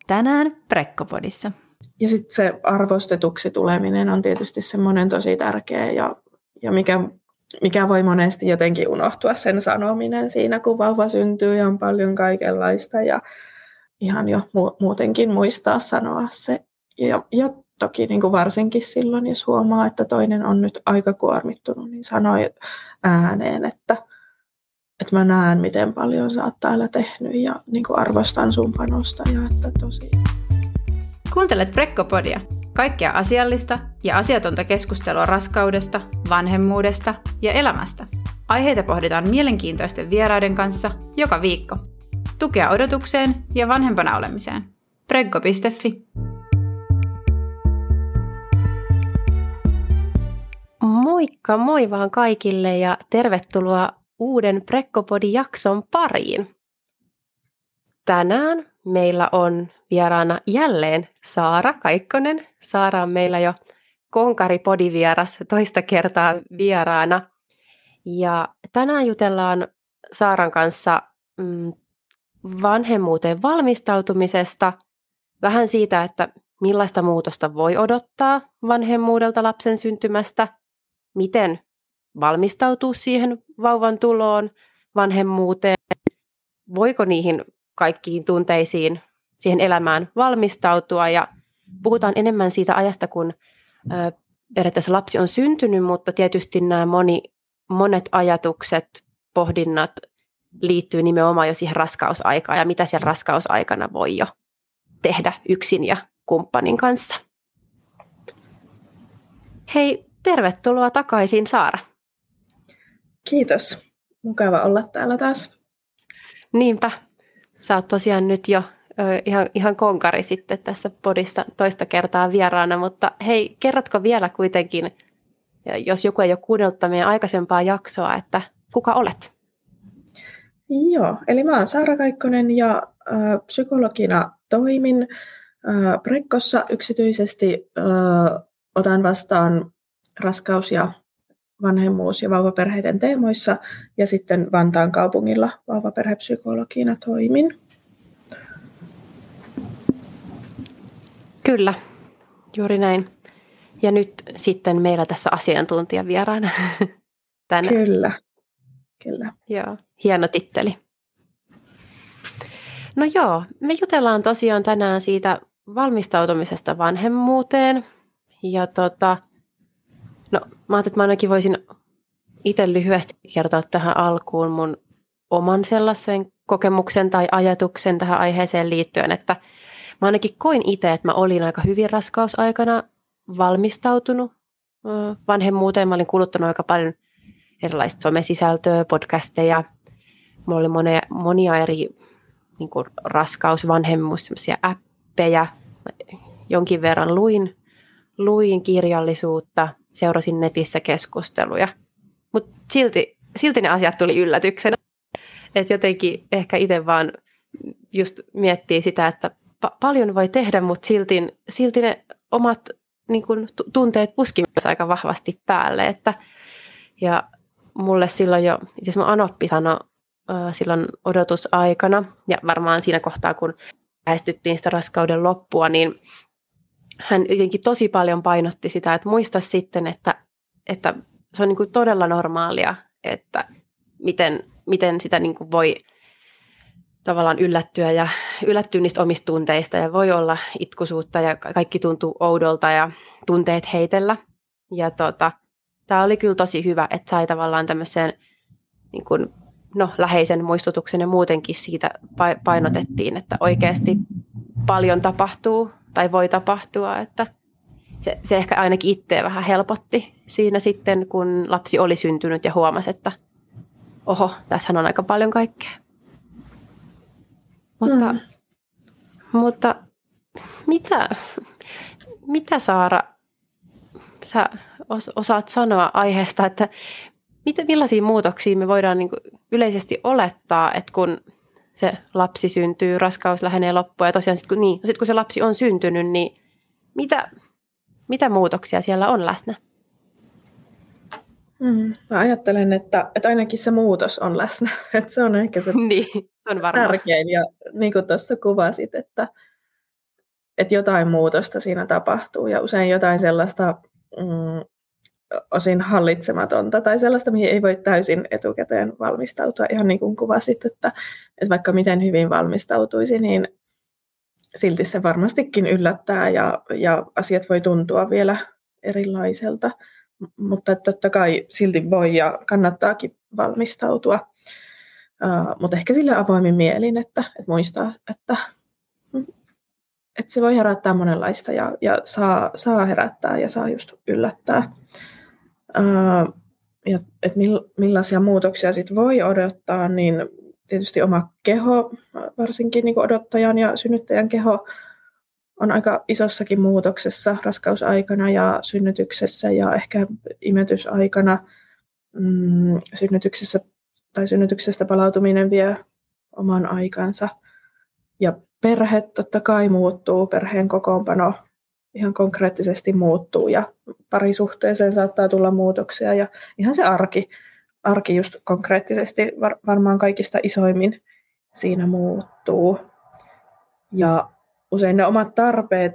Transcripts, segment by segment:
Tänään Prekkopodissa. Ja sitten se arvostetuksi tuleminen on tietysti semmoinen tosi tärkeä ja mikä voi monesti jotenkin unohtua sen sanominen siinä, kun vauva syntyy ja on paljon kaikenlaista ja ihan jo muutenkin muistaa sanoa se. Ja toki niin kuin varsinkin silloin, jos huomaa, että toinen on nyt aika kuormittunut, niin sanoi ääneen, että mä näen, miten paljon sä oot täällä tehnyt ja niin kuin arvostan sun panosta. Ja että tosi. Kuuntelet Prekkopodia. Kaikkea asiallista ja asiatonta keskustelua raskaudesta, vanhemmuudesta ja elämästä. Aiheita pohditaan mielenkiintoisten vieraiden kanssa joka viikko. Tukea odotukseen ja vanhempana olemiseen. Prekko.fi. Moikka moi vaan kaikille ja tervetuloa uuden Prekkopodi-jakson pariin. Tänään meillä on vieraana jälleen Saara Kaikkonen. Saara on meillä jo Konkari-podivieras toista kertaa vieraana. Ja tänään jutellaan Saaran kanssa vanhemmuuteen valmistautumisesta, vähän siitä, että millaista muutosta voi odottaa vanhemmuudelta lapsen syntymästä, miten valmistautua siihen vauvan tuloon, vanhemmuuteen, voiko niihin kaikkiin tunteisiin, siihen elämään valmistautua ja puhutaan enemmän siitä ajasta, kun periaatteessa lapsi on syntynyt, mutta tietysti nämä monet ajatukset, pohdinnat liittyy nimenomaan jo siihen raskausaikaan ja mitä siellä raskausaikana voi jo tehdä yksin ja kumppanin kanssa. Hei, tervetuloa takaisin Saara. Kiitos. Mukava olla täällä taas. Niinpä. Sä oot tosiaan nyt jo ihan konkari sitten tässä podissa toista kertaa vieraana, mutta hei, kerrotko vielä kuitenkin, jos joku ei ole kuunnellut meidän aikaisempaa jaksoa, että kuka olet? Joo, eli mä oon Saara Kaikkonen ja psykologina toimin Prekkossa yksityisesti. Otan vastaan raskaus- ja vanhemmuus- ja vauvaperheiden teemoissa ja sitten Vantaan kaupungilla vauvaperhepsykologina toimin. Kyllä, juuri näin. Ja nyt sitten meillä tässä asiantuntijavieraana tänään. Kyllä. Joo, hieno titteli. No joo, me jutellaan tosiaan tänään siitä valmistautumisesta vanhemmuuteen. Ja no mä ajattelin, että mä ainakin voisin itse lyhyesti kertoa tähän alkuun mun oman sellaisen kokemuksen tai ajatuksen tähän aiheeseen liittyen, että mä ainakin koin itse, että mä olin aika hyvin raskausaikana valmistautunut vanhemmuuteen. Mä olin kuluttanut aika paljon erilaista somesisältöä, podcasteja. Mulla oli monia eri niin kuin raskaus-, vanhemmuus, semmoisia appeja. Jonkin verran luin kirjallisuutta, seurasin netissä keskusteluja. Mutta silti ne asiat tuli yllätyksenä. Et jotenkin ehkä itse vaan just miettii sitä, että paljon voi tehdä, mutta silti ne omat niin kun, tunteet puski myös aika vahvasti päälle. Ja mulle silloin jo, itse asiassa mun anoppi sanoi silloin odotusaikana, ja varmaan siinä kohtaa, kun lähestyttiin sitä raskauden loppua, niin hän jotenkin tosi paljon painotti sitä, että muista sitten, että se on niin kuin todella normaalia, että miten sitä niin kuin voi tavallaan yllättyä niistä omista tunteista ja voi olla itkuisuutta ja kaikki tuntuu oudolta ja tunteet heitellä. Ja tämä oli kyllä tosi hyvä, että sai tavallaan tämmöiseen niin kuin, läheisen muistutuksen ja muutenkin siitä painotettiin, että oikeasti paljon tapahtuu tai voi tapahtua, että se ehkä ainakin itseä vähän helpotti siinä sitten, kun lapsi oli syntynyt ja huomasi, että oho, tässähän on aika paljon kaikkea. Mutta mitä Saara, sä osaat sanoa aiheesta, että millaisia muutoksia me voidaan niin kuin yleisesti olettaa, että kun se lapsi syntyy, raskaus lähenee loppuun ja tosiaan sitten kun se lapsi on syntynyt, niin mitä muutoksia siellä on läsnä? Mä ajattelen, että ainakin se muutos on läsnä. Että se on ehkä se niin, on tärkein. Ja niin kuin tuossa kuvasit, että että jotain muutosta siinä tapahtuu ja usein jotain sellaista osin hallitsematonta tai sellaista, mihin ei voi täysin etukäteen valmistautua. Ihan niin kuin kuvasit, että vaikka miten hyvin valmistautuisi, niin silti se varmastikin yllättää ja asiat voi tuntua vielä erilaiselta. Mutta totta kai silti voi ja kannattaakin valmistautua. Mutta ehkä sille avoimin mielin, että muistaa, että se voi herättää monenlaista ja saa herättää ja saa just yllättää. Ja että millaisia muutoksia sit voi odottaa, niin tietysti oma keho, varsinkin niin kuin odottajan ja synnyttäjän keho, on aika isossakin muutoksessa raskausaikana ja synnytyksessä ja ehkä imetysaikana. Synnytyksestä palautuminen vie oman aikansa. Ja perhe totta kai muuttuu, perheen kokoonpano ihan konkreettisesti muuttuu ja parisuhteeseen saattaa tulla muutoksia ja ihan se arki just konkreettisesti varmaan kaikista isoimmin siinä muuttuu. Ja usein ne omat tarpeet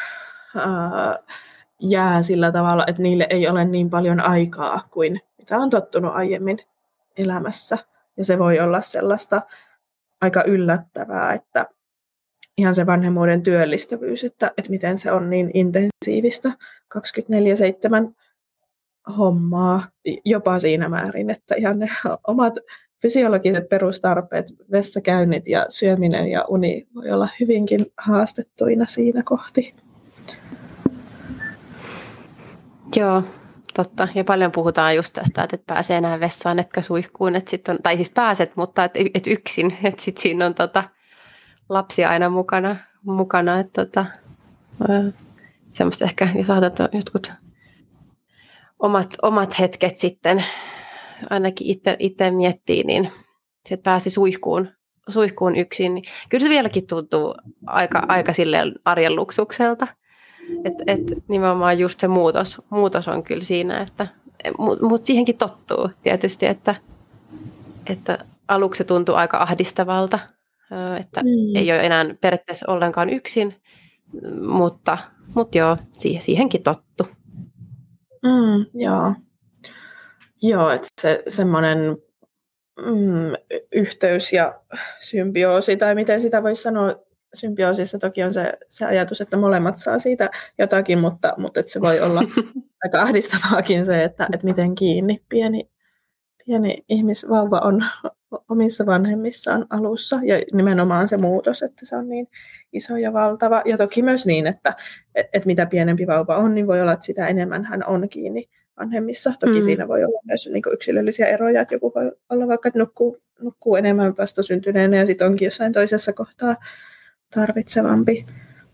jää sillä tavalla, että niille ei ole niin paljon aikaa kuin mitä on tottunut aiemmin elämässä. Ja se voi olla sellaista aika yllättävää, että ihan se vanhemmuuden työllistävyys, että miten se on niin intensiivistä 24/7 hommaa jopa siinä määrin, että ihan ne omat fysiologiset perustarpeet, vessakäynnit ja syöminen ja uni voi olla hyvinkin haastettuina siinä kohti. Joo, totta. Ja paljon puhutaan just tästä, että et pääsee enää vessaan, etkä suihkuun. Että sit on, tai siis pääset, mutta et yksin. Että sitten siinä on lapsi aina mukana että semmoista ehkä, jos ajatellaan jotkut omat hetket sitten, ainakin itse miettii, niin se pääsi suihkuun yksin. Niin kyllä se vieläkin tuntuu aika silleen arjen luksukselta. Et nimenomaan just se muutos on kyllä siinä, mutta siihenkin tottuu tietysti, että aluksi se tuntuu aika ahdistavalta, että ei ole enää periaatteessa ollenkaan yksin, mutta joo, siihenkin tottu. Joo, että se semmoinen yhteys ja symbioosi, tai miten sitä voisi sanoa, symbioosissa toki on se ajatus, että molemmat saa siitä jotakin, mutta että se voi olla aika ahdistavaakin se, että miten kiinni pieni ihmisvauva on omissa vanhemmissaan alussa, ja nimenomaan se muutos, että se on niin iso ja valtava. Ja toki myös niin, että mitä pienempi vauva on, niin voi olla, että sitä enemmän hän on kiinni vanhemmissa. Toki siinä voi olla myös niin kuin yksilöllisiä eroja, että joku voi olla vaikka, että nukkuu enemmän vastasyntyneenä ja sitten onkin jossain toisessa kohtaa tarvitsevampi.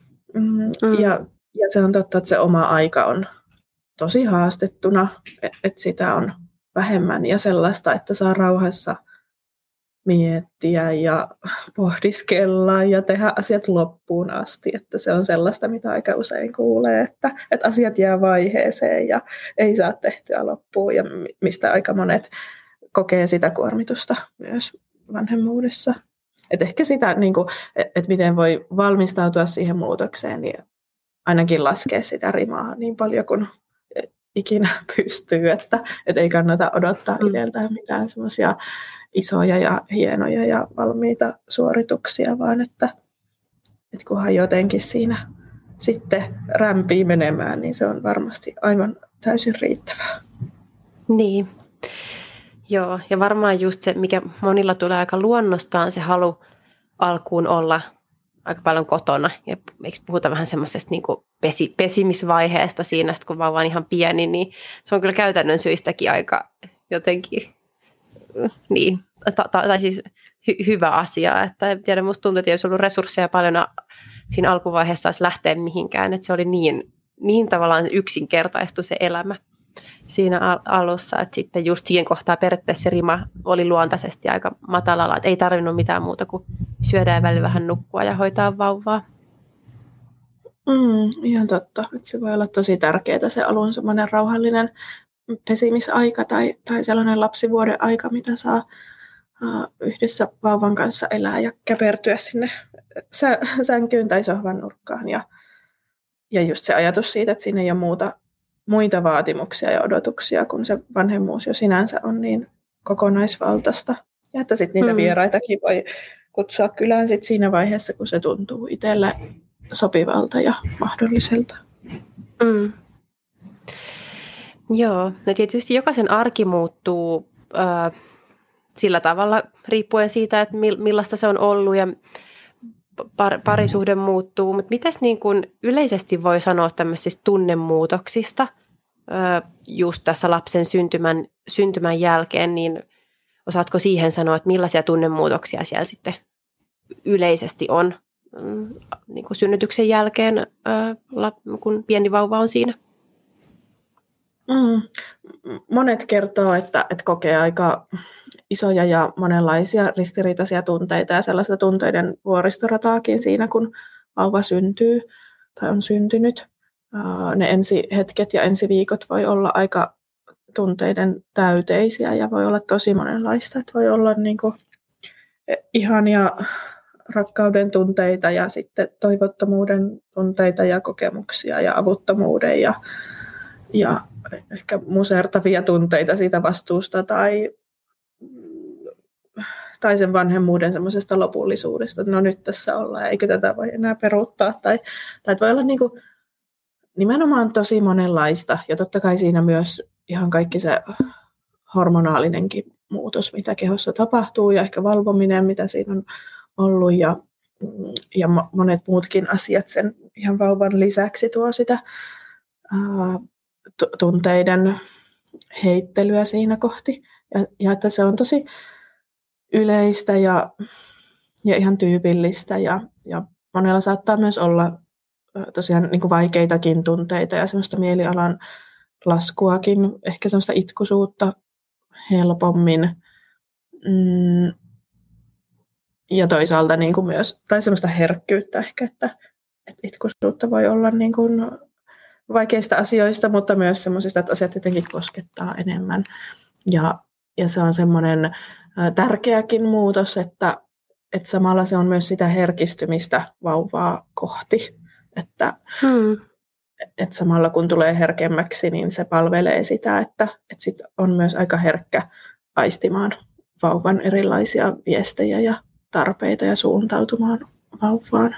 Ja se on totta, että se oma aika on tosi haastettuna, että sitä on vähemmän ja sellaista, että saa rauhassa miettiä ja pohdiskella ja tehdä asiat loppuun asti. Että se on sellaista, mitä aika usein kuulee, että asiat jää vaiheeseen ja ei saa tehtyä loppuun ja mistä aika monet kokee sitä kuormitusta myös vanhemmuudessa. Että ehkä sitä, että miten voi valmistautua siihen muutokseen, niin ainakin laskea sitä rimaa niin paljon kuin ikinä pystyy, että ei kannata odottaa itseltään mitään semmoisia isoja ja hienoja ja valmiita suorituksia, vaan että kunhan jotenkin siinä sitten rämpii menemään, niin se on varmasti aivan täysin riittävää. Niin. Joo, ja varmaan just se, mikä monilla tulee aika luonnostaan, se halu alkuun olla aika paljon kotona. Ja eikö puhuta vähän semmoisesta niin kuin pesimisvaiheesta siinä, kun vauva on ihan pieni, niin se on kyllä käytännön syistäkin aika jotenkin niin, tai siis hyvä asia. Että en tiedä, musta tuntuu, että ei olisi ollut resursseja paljon siinä alkuvaiheessa edes lähteä mihinkään, että se oli niin tavallaan yksinkertaistu se elämä siinä alussa, että sitten just siihen kohtaan periaatteessa se rima oli luontaisesti aika matalalla, että ei tarvinnut mitään muuta kuin syödä ja välillä vähän nukkua ja hoitaa vauvaa. Ihan totta, että se voi olla tosi tärkeää se alun semmoinen rauhallinen pesimisaika tai sellainen lapsivuoden aika, mitä saa yhdessä vauvan kanssa elää ja käpertyä sinne sänkyyn tai sohvan nurkkaan ja ja just se ajatus siitä, että siinä ei ole muita vaatimuksia ja odotuksia, kun se vanhemmuus jo sinänsä on niin kokonaisvaltaista. Ja että sitten niitä vieraitakin voi kutsua kylään sit siinä vaiheessa, kun se tuntuu itselle sopivalta ja mahdolliselta. Joo, no tietysti jokaisen arki muuttuu sillä tavalla riippuen siitä, että millaista se on ollut ja parisuhde muuttuu. Mutta mitäs niin kun yleisesti voi sanoa tämmöisistä tunnemuutoksista just tässä lapsen syntymän jälkeen, niin osaatko siihen sanoa, että millaisia tunnemuutoksia siellä sitten yleisesti on niin kun synnytyksen jälkeen, kun pieni vauva on siinä? Monet kertoo, että kokee aika isoja ja monenlaisia ristiriitaisia tunteita ja sellaista tunteiden vuoristorataakin siinä, kun vauva syntyy tai on syntynyt. Ne ensihetket ja ensiviikot voi olla aika tunteiden täyteisiä ja voi olla tosi monenlaista. Että voi olla niin kuin ihania rakkauden tunteita ja sitten toivottomuuden tunteita ja kokemuksia ja avuttomuuden ja ehkä musertavia tunteita siitä vastuusta tai sen vanhemmuuden semmoisesta lopullisuudesta, että no nyt tässä ollaan, eikö tätä voi enää peruuttaa. Tai voi olla niin kuin nimenomaan tosi monenlaista ja totta kai siinä myös ihan kaikki se hormonaalinenkin muutos, mitä kehossa tapahtuu ja ehkä valvominen, mitä siinä on ollut ja monet muutkin asiat sen ihan vauvan lisäksi tuo sitä tunteiden heittelyä siinä kohti. Ja että se on tosi yleistä ja ihan tyypillistä. Ja monella saattaa myös olla tosiaan niin kuin vaikeitakin tunteita ja semmoista mielialan laskuakin, ehkä semmoista itkuisuutta helpommin. Ja toisaalta niin kuin myös, tai semmoista herkkyyttä ehkä, että itkuisuutta voi olla niin kuin vaikeista asioista, mutta myös semmoisista, että asiat jotenkin koskettaa enemmän. Ja se on semmoinen tärkeäkin muutos, että samalla se on myös sitä herkistymistä vauvaa kohti. Että samalla kun tulee herkemmäksi, niin se palvelee sitä, että sit on myös aika herkkä aistimaan vauvan erilaisia viestejä ja tarpeita ja suuntautumaan vauvaan.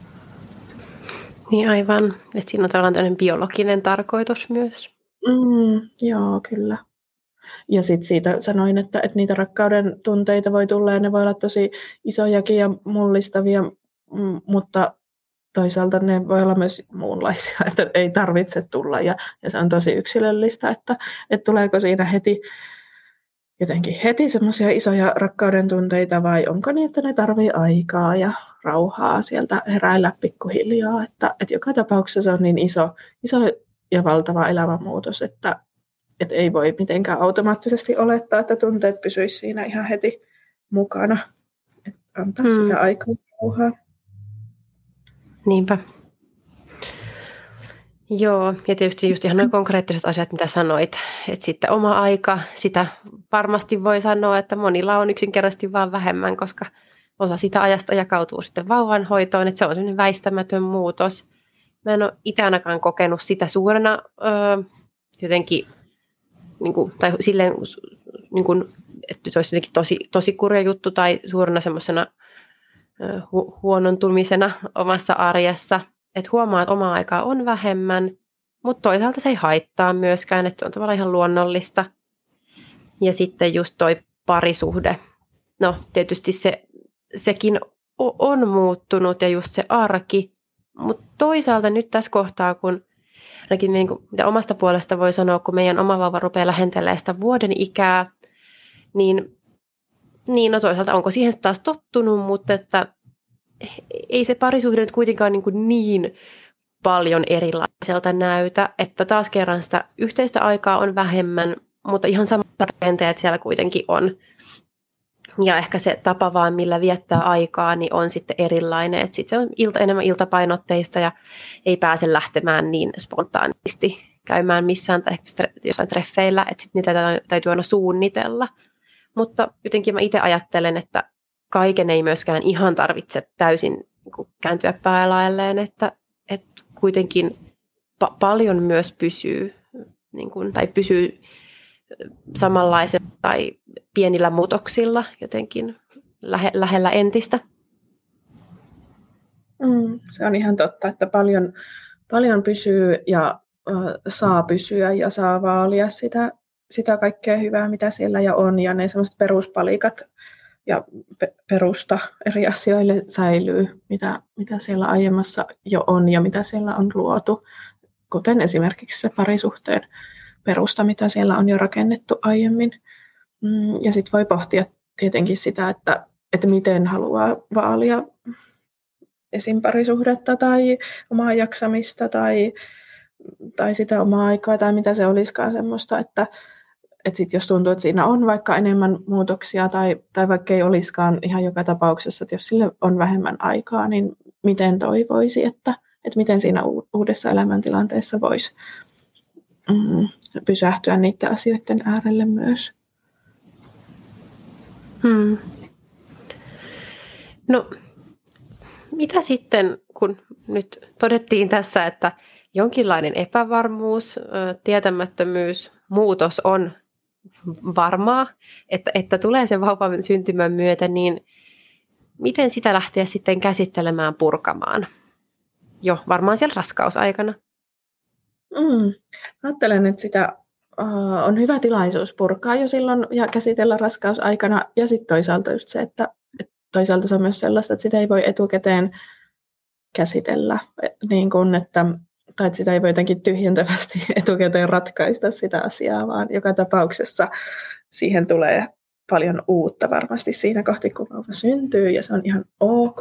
Niin aivan, että siinä on tavallaan tämmöinen biologinen tarkoitus myös. Joo, kyllä. Ja sitten siitä sanoin, että niitä rakkauden tunteita voi tulla ja ne voi olla tosi isojakin ja mullistavia, mutta toisaalta ne voi olla myös muunlaisia, että ei tarvitse tulla ja se on tosi yksilöllistä, että tuleeko siinä heti semmoisia isoja rakkauden tunteita vai onko niin, että ne tarvii aikaa ja rauhaa sieltä heräillä pikkuhiljaa, että joka tapauksessa se on niin iso ja valtava elämänmuutos, että ei voi mitenkään automaattisesti olettaa, että tunteet pysyisivät siinä ihan heti mukana, että antaa sitä aikaa ja rauhaa. Niinpä. Joo, ja tietysti just ihan noin konkreettiset asiat, mitä sanoit, että sitten oma aika, sitä varmasti voi sanoa, että monilla on yksinkertaisesti vaan vähemmän, koska osa sitä ajasta jakautuu sitten vauvanhoitoon, että se on sellainen väistämätön muutos. Mä en ole itse ainakaan kokenut sitä suurena jotenkin, niin kuin, tai silleen, niin kuin, että se olisi jotenkin tosi kurja juttu tai suurena semmoisena huonontumisena omassa arjessa. Että huomaa, että omaa aikaa on vähemmän, mutta toisaalta se ei haittaa myöskään, että on tavallaan ihan luonnollista. Ja sitten just toi parisuhde. No tietysti sekin on muuttunut ja just se arki, mutta toisaalta nyt tässä kohtaa, kun ainakin niin kuin, mitä omasta puolesta voi sanoa, kun meidän oma vauva rupeaa lähentelemään sitä vuoden ikää, niin no toisaalta onko siihen taas tottunut, mutta että ei se parisuhde nyt kuitenkaan niin paljon erilaiselta näytä, että taas kerran sitä yhteistä aikaa on vähemmän, mutta ihan samat rakenteet siellä kuitenkin on. Ja ehkä se tapa vaan, millä viettää aikaa, niin on sitten erilainen. Että sitten se on enemmän iltapainotteista ja ei pääse lähtemään niin spontaanisti käymään missään tai jossain treffeillä, että sitten niitä täytyy aina suunnitella. Mutta jotenkin mä itse ajattelen, että kaiken ei myöskään ihan tarvitse täysin kääntyä päälaelleen, että kuitenkin paljon myös pysyy, niin kuin, tai pysyy samanlaisen tai pienillä muutoksilla jotenkin lähellä entistä. Se on ihan totta, että paljon pysyy ja saa pysyä ja saa vaalia sitä kaikkea hyvää, mitä siellä jo on. Ja ne sellaiset peruspalikat ja perusta eri asioille säilyy, mitä siellä aiemmassa jo on ja mitä siellä on luotu. Kuten esimerkiksi se parisuhteen perusta, mitä siellä on jo rakennettu aiemmin. Ja sitten voi pohtia tietenkin sitä, että miten haluaa vaalia esim. Parisuhdetta tai omaa jaksamista tai sitä omaa aikaa tai mitä se olisikaan semmoista, että sit jos tuntuu, että siinä on vaikka enemmän muutoksia tai vaikka ei olisikaan ihan joka tapauksessa, että jos sille on vähemmän aikaa, niin miten toivoisi, että miten siinä uudessa elämäntilanteessa voisi pysähtyä niiden asioiden äärelle myös. No, mitä sitten, kun nyt todettiin tässä, että jonkinlainen epävarmuus, tietämättömyys, muutos on varmaa, että tulee sen vauvan syntymän myötä, niin miten sitä lähteä sitten käsittelemään, purkamaan? Jo varmaan siellä raskausaikana. Ajattelen, että sitä on hyvä tilaisuus purkaa jo silloin ja käsitellä raskausaikana. Ja sitten toisaalta just se, että toisaalta se on myös sellaista, että sitä ei voi etukäteen käsitellä, niin kuin, tai että sitä ei voi jotenkin tyhjentävästi etukäteen ratkaista sitä asiaa, vaan joka tapauksessa siihen tulee paljon uutta varmasti siinä kohti, kun vauva syntyy, ja se on ihan ok.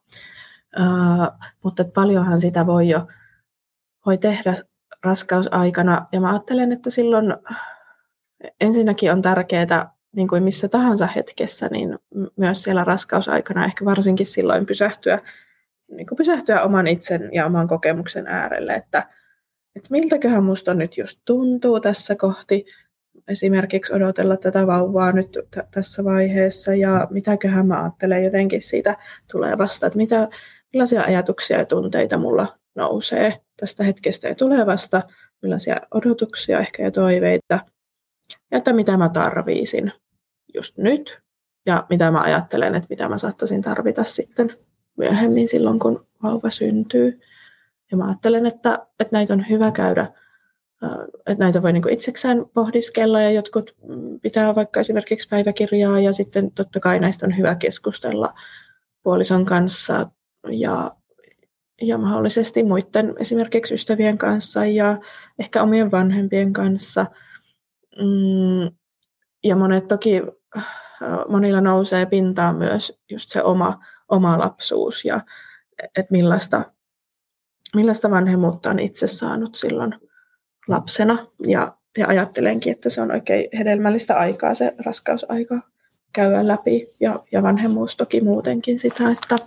Mutta paljonhan sitä voi tehdä raskausaikana, ja mä ajattelen, että silloin ensinnäkin on tärkeää, niin kuin missä tahansa hetkessä, niin myös siellä raskausaikana ehkä varsinkin silloin pysähtyä oman itsen ja oman kokemuksen äärelle, että miltäköhän musta nyt just tuntuu tässä kohti, esimerkiksi odotella tätä vauvaa nyt tässä vaiheessa, ja mitäköhän mä ajattelen jotenkin siitä tulevasta, että millaisia ajatuksia ja tunteita mulla nousee tästä hetkestä ja tulevasta, millaisia odotuksia ehkä ja toiveita, ja että mitä mä tarviisin just nyt, ja mitä mä ajattelen, että mitä mä saattaisin tarvita sitten myöhemmin silloin, kun vauva syntyy. Ja mä ajattelen, että näitä on hyvä käydä, että näitä voi niinku itsekseen pohdiskella, ja jotkut pitää vaikka esimerkiksi päiväkirjaa, ja sitten totta kai näistä on hyvä keskustella puolison kanssa ja mahdollisesti muiden esimerkiksi ystävien kanssa ja ehkä omien vanhempien kanssa. Ja monilla nousee pintaan myös just se oma lapsuus ja että millaista vanhemmuutta on itse saanut silloin lapsena. Ja ajattelenkin, että se on oikein hedelmällistä aikaa se raskausaika käydä läpi ja vanhemmuus toki muutenkin sitä,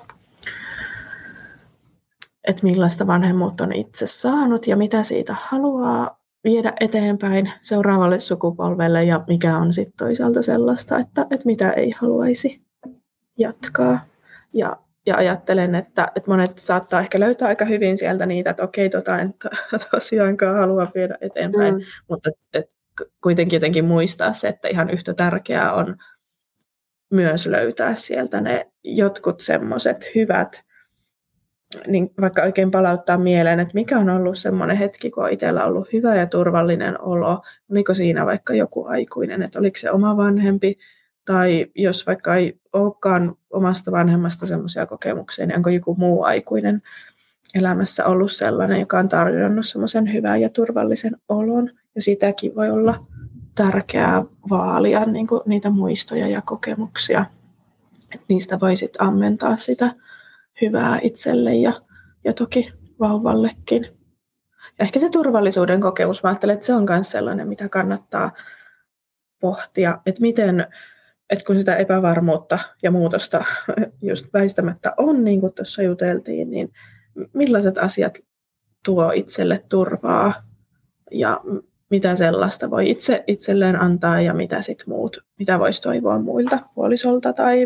että millaista vanhemmuutta on itse saanut ja mitä siitä haluaa viedä eteenpäin seuraavalle sukupolvelle ja mikä on sitten toisaalta sellaista, että mitä ei haluaisi jatkaa. Ja ajattelen, että monet saattaa ehkä löytää aika hyvin sieltä niitä, että okei, en tosiaankaan halua viedä eteenpäin, mutta kuitenkin jotenkin muistaa se, että ihan yhtä tärkeää on myös löytää sieltä ne jotkut semmoiset hyvät, niin vaikka oikein palauttaa mieleen, että mikä on ollut semmoinen hetki, kun on itsellä ollut hyvä ja turvallinen olo, oliko siinä vaikka joku aikuinen, että oliko se oma vanhempi, tai jos vaikka ei olekaan omasta vanhemmasta semmoisia kokemuksia, niin onko joku muu aikuinen elämässä ollut sellainen, joka on tarjonnut semmoisen hyvän ja turvallisen olon, ja sitäkin voi olla tärkeää vaalia niin kuin niitä muistoja ja kokemuksia, että niistä voi sitten ammentaa sitä hyvää itselle ja toki vauvallekin. Ja ehkä se turvallisuuden kokemus, mä ajattelen, että se on myös sellainen, mitä kannattaa pohtia, että miten, että kun sitä epävarmuutta ja muutosta just väistämättä on, niin kuin tuossa juteltiin, niin millaiset asiat tuo itselle turvaa ja mitä sellaista voi itselleen antaa ja mitä sit muut, mitä voisi toivoa muilta puolisolta tai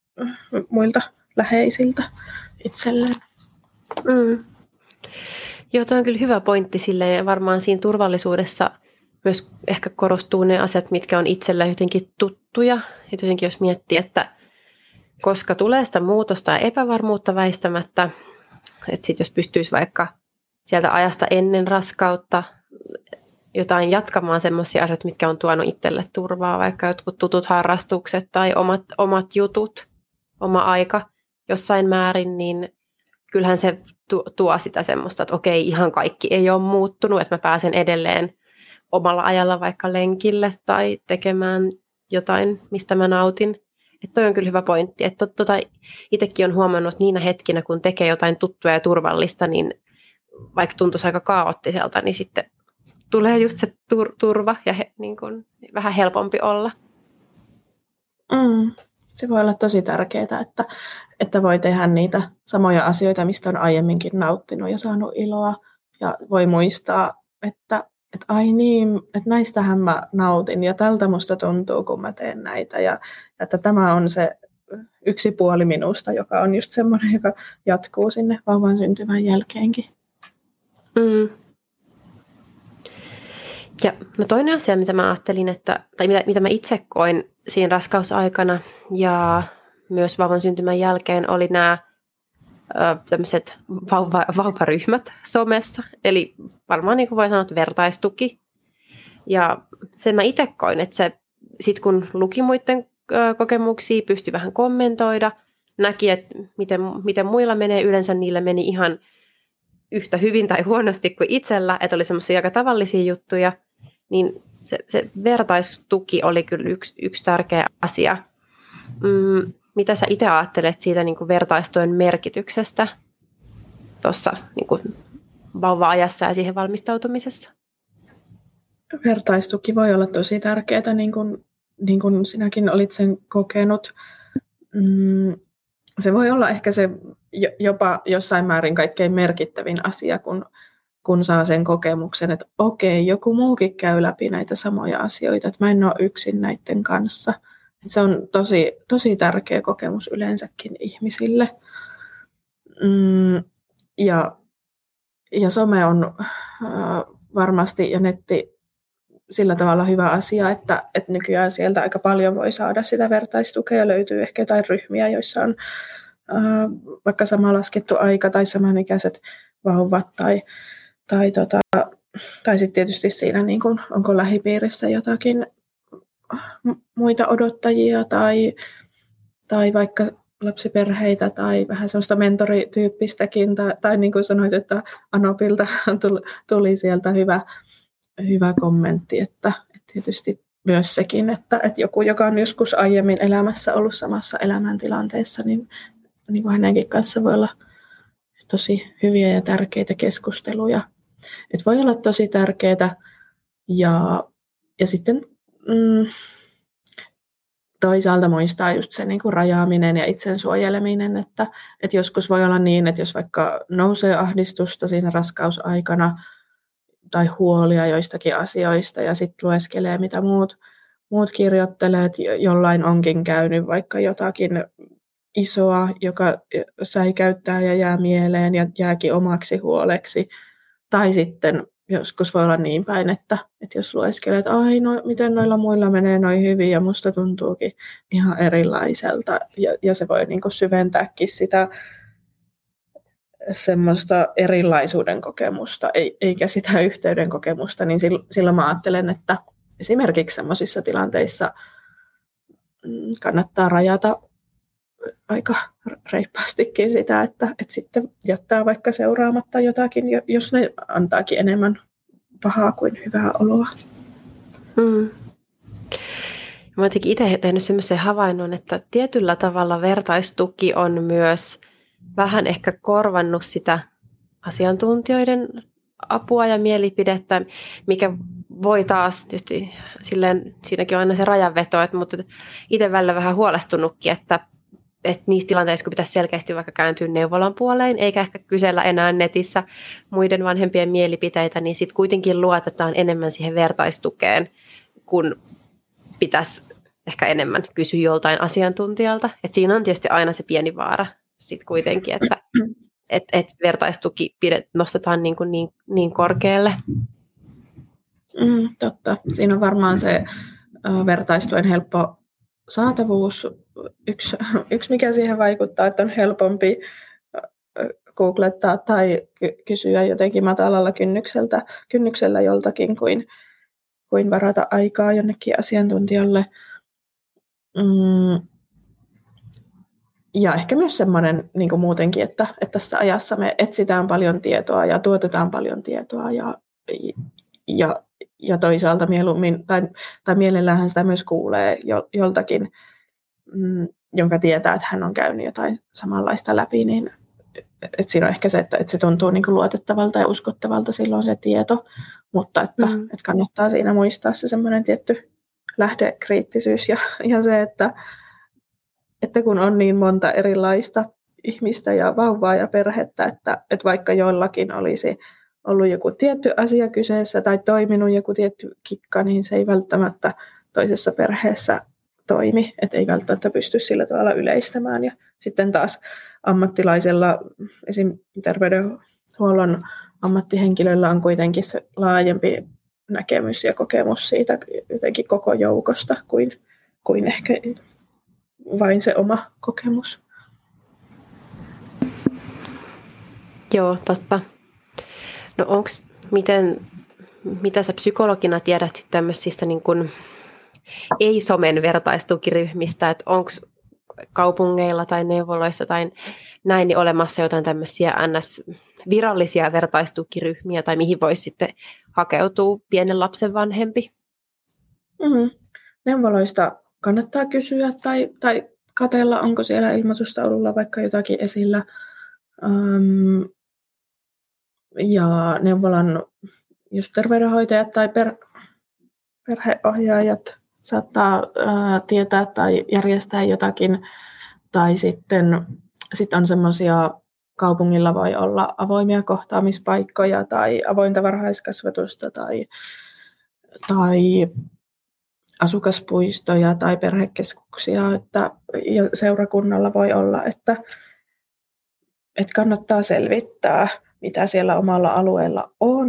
muilta läheisiltä itselleen. Joo, tuo on kyllä hyvä pointti silleen, ja varmaan siinä turvallisuudessa myös ehkä korostuu ne asiat, mitkä on itselle jotenkin tuttuja. Ja jotenkin jos miettii, että koska tulee sitä muutosta ja epävarmuutta väistämättä, että sit jos pystyisi vaikka sieltä ajasta ennen raskautta jotain jatkamaan semmoisia asioita, mitkä on tuonut itselle turvaa, vaikka jotkut tutut harrastukset tai omat jutut, oma aika jossain määrin, niin kyllähän se tuo sitä semmoista, että okei, ihan kaikki ei ole muuttunut, että mä pääsen edelleen omalla ajalla vaikka lenkille tai tekemään jotain, mistä mä nautin. Että toi on kyllä hyvä pointti. Että itsekin olen huomannut, että niinä hetkinä, kun tekee jotain tuttua ja turvallista, niin vaikka tuntuisi aika kaoottiselta, niin sitten tulee just se turva ja niin kuin vähän helpompi olla. Se voi olla tosi tärkeää, että voi tehdä niitä samoja asioita, mistä on aiemminkin nauttinut ja saanut iloa. Ja voi muistaa, että ai niin, että näistähän mä nautin ja tältä musta tuntuu, kun mä teen näitä. Ja että tämä on se yksi puoli minusta, joka on just semmoinen, joka jatkuu sinne vauvan syntymän jälkeenkin. Ja no toinen asia, mitä mä ajattelin, tai mitä mä itse koin siinä raskausaikana ja myös vauvan syntymän jälkeen, oli nämä tämmöiset vauvaryhmät somessa. Eli varmaan niin kuin voi sanoa, että vertaistuki. Ja sen mä itse koin, että se sit kun luki muiden kokemuksia, pystyi vähän kommentoida, näki, että miten muilla menee, yleensä niillä meni ihan yhtä hyvin tai huonosti kuin itsellä, että oli semmoisia aika tavallisia juttuja, niin se vertaistuki oli kyllä yksi tärkeä asia. Mitä sä itse ajattelet siitä niin kuin vertaistuen merkityksestä tuossa niin kuin vauva-ajassa ja siihen valmistautumisessa? Vertaistuki voi olla tosi tärkeää, niin kuin sinäkin olit sen kokenut. Se voi olla ehkä se jopa jossain määrin kaikkein merkittävin asia, kun saa sen kokemuksen, että okei, joku muukin käy läpi näitä samoja asioita, että mä en ole yksin näiden kanssa. Että se on tosi, tosi tärkeä kokemus yleensäkin ihmisille. Ja some on varmasti ja netti sillä tavalla hyvä asia, että nykyään sieltä aika paljon voi saada sitä vertaistukea. Löytyy ehkä jotain ryhmiä, joissa on vaikka sama laskettu aika tai samanikäiset vauvat tai sitten tietysti siinä, niin kun, onko lähipiirissä jotakin muita odottajia tai vaikka lapsiperheitä tai vähän sellaista mentorityyppistäkin. Tai niin kuin sanoit, että Anopilta tuli sieltä hyvä kommentti, että tietysti myös sekin, että joku, joka on joskus aiemmin elämässä ollut samassa elämäntilanteessa, niin hänenkin kanssa voi olla tosi hyviä ja tärkeitä keskusteluja. Että voi olla tosi tärkeää ja sitten toisaalta muistaa just se niin kuin rajaaminen ja itsen suojeleminen, että joskus voi olla niin, että jos vaikka nousee ahdistusta siinä raskausaikana tai huolia joistakin asioista ja sitten lueskelee, mitä muut kirjoittelee, että jollain onkin käynyt vaikka jotakin isoa, joka säikäyttää ja jää mieleen ja jääkin omaksi huoleksi. Tai sitten joskus voi olla niin päin, että jos lueskelee, että ai, no, miten noilla muilla menee noin hyvin ja musta tuntuukin ihan erilaiselta. Ja se voi niin kuin syventääkin sitä semmoista erilaisuuden kokemusta, eikä sitä yhteyden kokemusta, niin silloin mä ajattelen, että esimerkiksi semmoisissa tilanteissa kannattaa rajata aika reippaastikin sitä, että sitten jättää vaikka seuraamatta jotakin, jos ne antaakin enemmän pahaa kuin hyvää oloa. Mä oon itse tehnyt semmoisen havainnon, että tietyllä tavalla vertaistuki on myös vähän ehkä korvannut sitä asiantuntijoiden apua ja mielipidettä, mikä voi taas tietysti silleen, siinäkin on aina se rajanveto, mutta itse välillä vähän huolestunutkin, että niissä tilanteissa, kun pitäisi selkeästi vaikka kääntyä neuvolan puoleen, eikä ehkä kysellä enää netissä muiden vanhempien mielipiteitä, niin sitten kuitenkin luotetaan enemmän siihen vertaistukeen, kun pitäisi ehkä enemmän kysyä joltain asiantuntijalta. Et siinä on tietysti aina se pieni vaara sitten kuitenkin, että että vertaistuki nostetaan niin korkealle. Totta. Siinä on varmaan se vertaistuen helppo saatavuus. Yksi mikä siihen vaikuttaa, että on helpompi googlettaa tai kysyä jotenkin matalalla kynnyksellä joltakin kuin varata aikaa jonnekin asiantuntijalle. Ja ehkä myös semmoinen niin kuin muutenkin, että tässä ajassa me etsitään paljon tietoa ja tuotetaan paljon tietoa ja toisaalta mieluummin, tai mielellähän sitä myös kuulee joltakin, jonka tietää, että hän on käynyt jotain samanlaista läpi, niin että siinä on ehkä se, että se tuntuu niin kuin luotettavalta ja uskottavalta silloin se tieto, mutta että kannattaa siinä muistaa se semmoinen tietty lähdekriittisyys ja se, että kun on niin monta erilaista ihmistä ja vauvaa ja perhettä, että vaikka joillakin olisi ollut joku tietty asia kyseessä tai toiminut joku tietty kikka, niin se ei välttämättä toisessa perheessä toimi, että ei välttämättä pysty sillä tavalla yleistämään. Ja sitten taas ammattilaisella, esim. Terveydenhuollon ammattihenkilöllä on kuitenkin se laajempi näkemys ja kokemus siitä jotenkin koko joukosta kuin ehkä vain se oma kokemus. Joo, totta. No mitä sä psykologina tiedät sitten tämmöisistä niin kuin ei-somen vertaistukiryhmistä, että onko kaupungeilla tai neuvoloissa tai näin niin olemassa jotain tämmöisiä NS-virallisia vertaistukiryhmiä tai mihin voisi sitten hakeutua pienen lapsen vanhempi? Neuvoloista kannattaa kysyä tai katsella, onko siellä ilmoitustaululla vaikka jotakin esillä. Ja neuvolan just terveydenhoitajat tai perheohjaajat saattaa tietää tai järjestää jotakin. Tai sitten on semmoisia, kaupungilla voi olla avoimia kohtaamispaikkoja tai avointa varhaiskasvatusta tai asukaspuistoja tai perhekeskuksia, ja seurakunnalla voi olla, että kannattaa selvittää, mitä siellä omalla alueella on.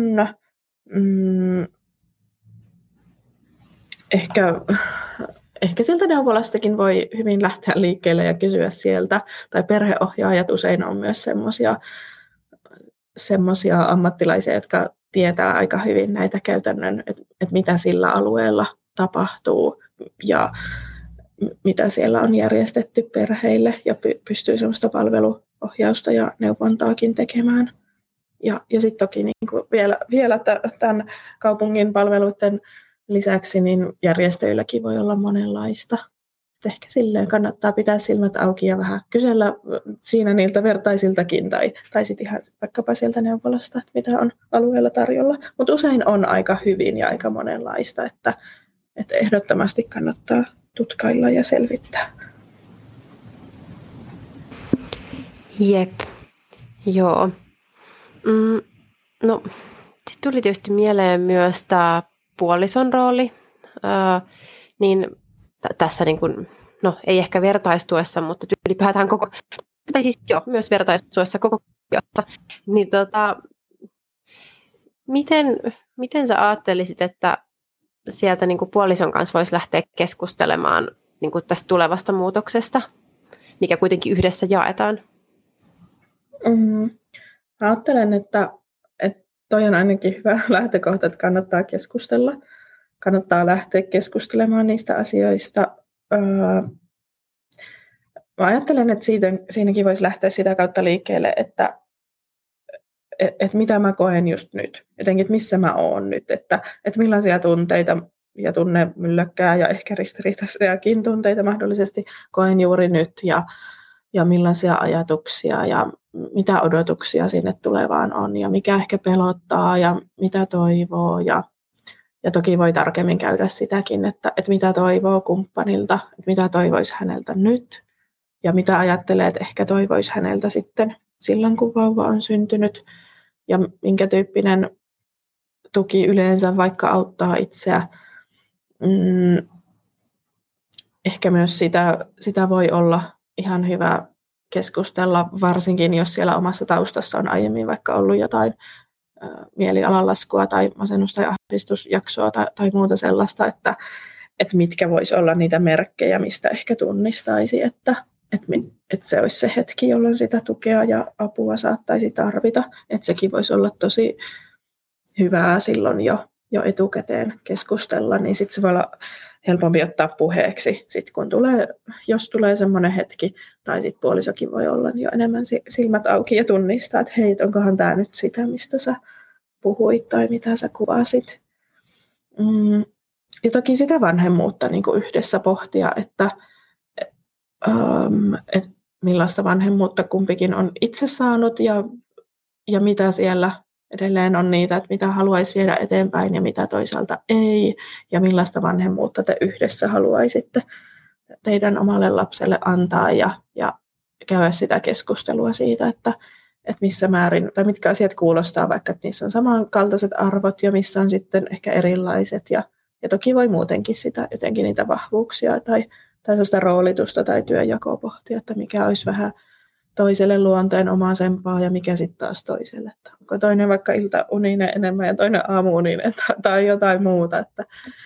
Ehkä sieltä neuvolastakin voi hyvin lähteä liikkeelle ja kysyä sieltä, tai perheohjaajat usein on myös semmoisia ammattilaisia, jotka tietää aika hyvin näitä käytännön, että mitä sillä alueella tapahtuu ja mitä siellä on järjestetty perheille ja pystyy semmoista palveluohjausta ja neuvontaakin tekemään. Ja sitten toki niin kuin vielä tämän kaupungin palveluiden lisäksi niin järjestöilläkin voi olla monenlaista. Et ehkä silleen kannattaa pitää silmät auki ja vähän kysellä siinä niiltä vertaisiltakin tai sitten ihan vaikkapa sieltä neuvolasta, että mitä on alueella tarjolla. Mutta usein on aika hyvin ja aika monenlaista, että ehdottomasti kannattaa tutkailla ja selvittää. Jep, joo. No, sitten tuli tietysti mieleen myös tämä puolison rooli, niin tässä niin kuin, no ei ehkä vertaistuessa, mutta ylipäätään myös vertaistuessa koko niin miten sä ajattelisit, että sieltä niin kuin puolison kanssa voisi lähteä keskustelemaan niin kuin tästä tulevasta muutoksesta, mikä kuitenkin yhdessä jaetaan? Ajattelen, että toi on ainakin hyvä lähtökohta, että kannattaa keskustella. Kannattaa lähteä keskustelemaan niistä asioista. Mä ajattelen, että siinäkin voisi lähteä sitä kautta liikkeelle, että mitä mä koen just nyt. Jotenkin, että missä mä oon nyt. Että millaisia tunteita ja tunnemylläkkää ja ehkä ristiriitaisiakin tunteita mahdollisesti koen juuri nyt. Ja millaisia ajatuksia ja mitä odotuksia sinne tulevaan on ja mikä ehkä pelottaa ja mitä toivoo. Ja toki voi tarkemmin käydä sitäkin, että mitä toivoo kumppanilta, että mitä toivoisi häneltä nyt ja mitä ajattelee, että ehkä toivoisi häneltä sitten silloin, kun vauva on syntynyt ja minkä tyyppinen tuki yleensä vaikka auttaa itseä. Ehkä myös sitä voi olla ihan hyvä keskustella, varsinkin jos siellä omassa taustassa on aiemmin vaikka ollut jotain mielialanlaskua tai masennus- tai ahdistusjaksoa tai muuta sellaista, että mitkä voisi olla niitä merkkejä, mistä ehkä tunnistaisi, että se olisi se hetki, jolloin sitä tukea ja apua saattaisi tarvita. Että sekin voisi olla tosi hyvää silloin jo etukäteen keskustella, niin sitten se voi olla helpompi ottaa puheeksi, jos tulee semmoinen hetki, tai sitten puolisokin voi olla jo enemmän silmät auki ja tunnistaa, että hei, onkohan tämä nyt sitä, mistä sä puhuit tai mitä sä kuvasit. Ja toki sitä vanhemmuutta niin kuin yhdessä pohtia, että millaista vanhemmuutta kumpikin on itse saanut ja mitä siellä edelleen on niitä, että mitä haluaisi viedä eteenpäin ja mitä toisaalta ei, ja millaista vanhemmuutta te yhdessä haluaisitte teidän omalle lapselle antaa ja käydä sitä keskustelua siitä, että missä määrin, tai mitkä asiat kuulostaa vaikka, että niissä on samankaltaiset arvot ja missä on sitten ehkä erilaiset, ja toki voi muutenkin sitä jotenkin niitä vahvuuksia tai sellaista roolitusta tai työnjakoa pohtia, että mikä olisi vähän toiselle luonteen omaisempaa ja mikä sitten taas toiselle. Että onko toinen vaikka iltauninen enemmän ja toinen aamuuninen tai jotain muuta, että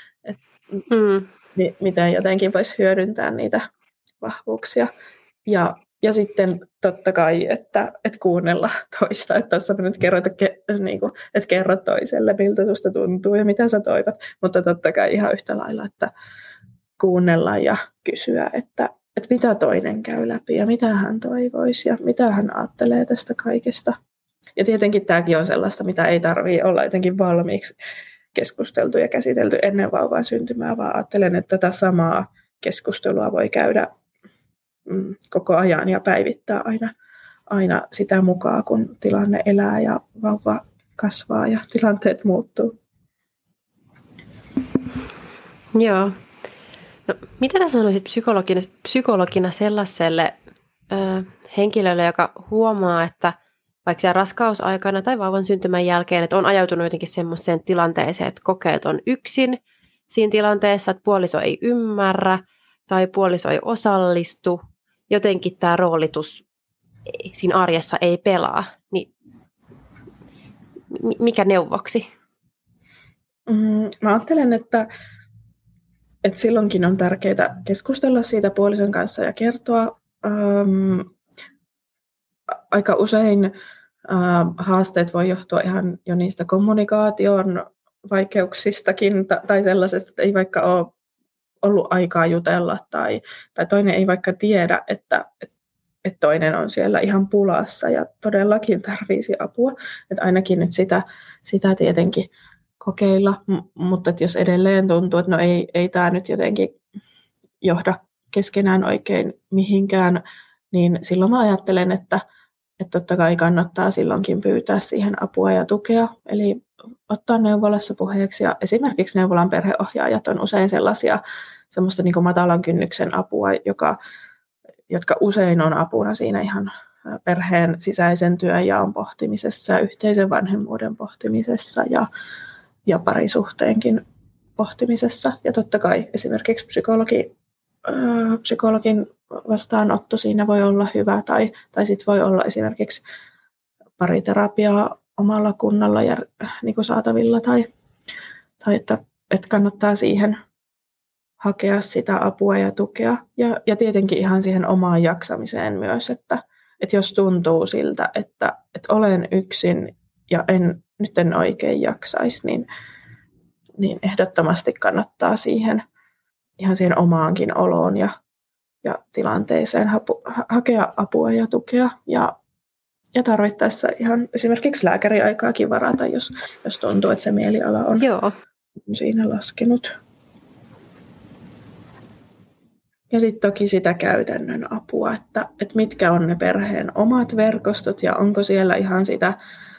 miten jotenkin voisi hyödyntää niitä vahvuuksia. Ja sitten totta kai, että kuunnella toista, että tässä nyt että kerro toiselle, miltä susta tuntuu ja mitä sä toivot, mutta totta kai ihan yhtä lailla, että kuunnella ja kysyä, että mitä toinen käy läpi ja mitä hän toivoisi ja mitä hän ajattelee tästä kaikesta. Ja tietenkin tämäkin on sellaista, mitä ei tarvitse olla jotenkin valmiiksi keskusteltu ja käsitelty ennen vauvan syntymää, vaan ajattelen, että tätä samaa keskustelua voi käydä koko ajan ja päivittää aina sitä mukaan, kun tilanne elää ja vauva kasvaa ja tilanteet muuttuu. Joo. No, mitä sä sanoisit psykologina sellaiselle henkilölle, joka huomaa, että vaikka siellä raskausaikana tai vauvan syntymän jälkeen, että on ajautunut jotenkin semmoiseen tilanteeseen, että kokeet on yksin siinä tilanteessa, että puoliso ei ymmärrä tai puoliso ei osallistu, jotenkin tämä roolitus siinä arjessa ei pelaa, niin mikä neuvoksi? Mä ajattelen, että silloinkin on tärkeää keskustella siitä puolison kanssa ja kertoa. Aika usein haasteet voi johtua ihan jo niistä kommunikaation vaikeuksistakin tai sellaisesta, että ei vaikka ole ollut aikaa jutella tai toinen ei vaikka tiedä, että toinen on siellä ihan pulassa ja todellakin tarvitsisi apua. Että ainakin nyt sitä tietenkin kokeilla, mutta että jos edelleen tuntuu, että no ei tämä nyt jotenkin johda keskenään oikein mihinkään, niin silloin mä ajattelen, että totta kai kannattaa silloinkin pyytää siihen apua ja tukea, eli ottaa neuvolassa puheeksi, ja esimerkiksi neuvolan perheohjaajat on usein semmoista niin kuin matalan kynnyksen apua, jotka usein on apuna siinä ihan perheen sisäisen työnjaon pohtimisessa, yhteisen vanhemmuuden pohtimisessa ja parisuhteenkin pohtimisessa. Ja totta kai esimerkiksi psykologin vastaanotto siinä voi olla hyvä, tai sitten voi olla esimerkiksi pariterapiaa omalla kunnalla ja niin kuin saatavilla, tai että kannattaa siihen hakea sitä apua ja tukea. Ja tietenkin ihan siihen omaan jaksamiseen myös, että jos tuntuu siltä, että olen yksin ja nyt en oikein jaksaisi, niin ehdottomasti kannattaa siihen omaankin oloon ja tilanteeseen hakea apua ja tukea. Ja tarvittaessa ihan esimerkiksi lääkäriaikaakin varata, jos tuntuu, että se mieliala on siinä laskenut. Ja sitten toki sitä käytännön apua, että mitkä on ne perheen omat verkostot ja onko siellä ihan sitä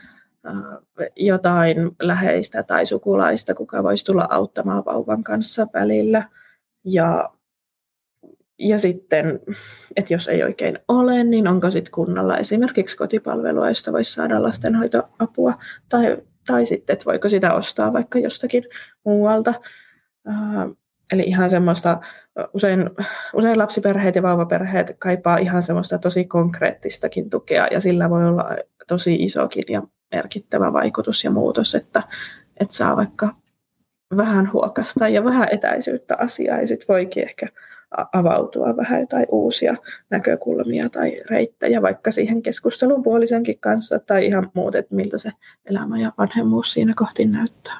jotain läheistä tai sukulaista, kuka voisi tulla auttamaan vauvan kanssa välillä. Ja sitten, että jos ei oikein ole, niin onko sitten kunnalla esimerkiksi kotipalvelua, josta voisi saada lastenhoitoapua, tai sitten, että voiko sitä ostaa vaikka jostakin muualta. Eli ihan semmoista, usein lapsiperheet ja vauvaperheet kaipaa ihan semmoista tosi konkreettistakin tukea, ja sillä voi olla tosi isokin ja merkittävä vaikutus ja muutos, että saa vaikka vähän huokasta ja vähän etäisyyttä asiaa, ja sitten voikin ehkä avautua vähän jotain uusia näkökulmia tai reittejä vaikka siihen keskustelun puolisonkin kanssa, tai ihan muut, että miltä se elämä ja vanhemmuus siinä kohti näyttää.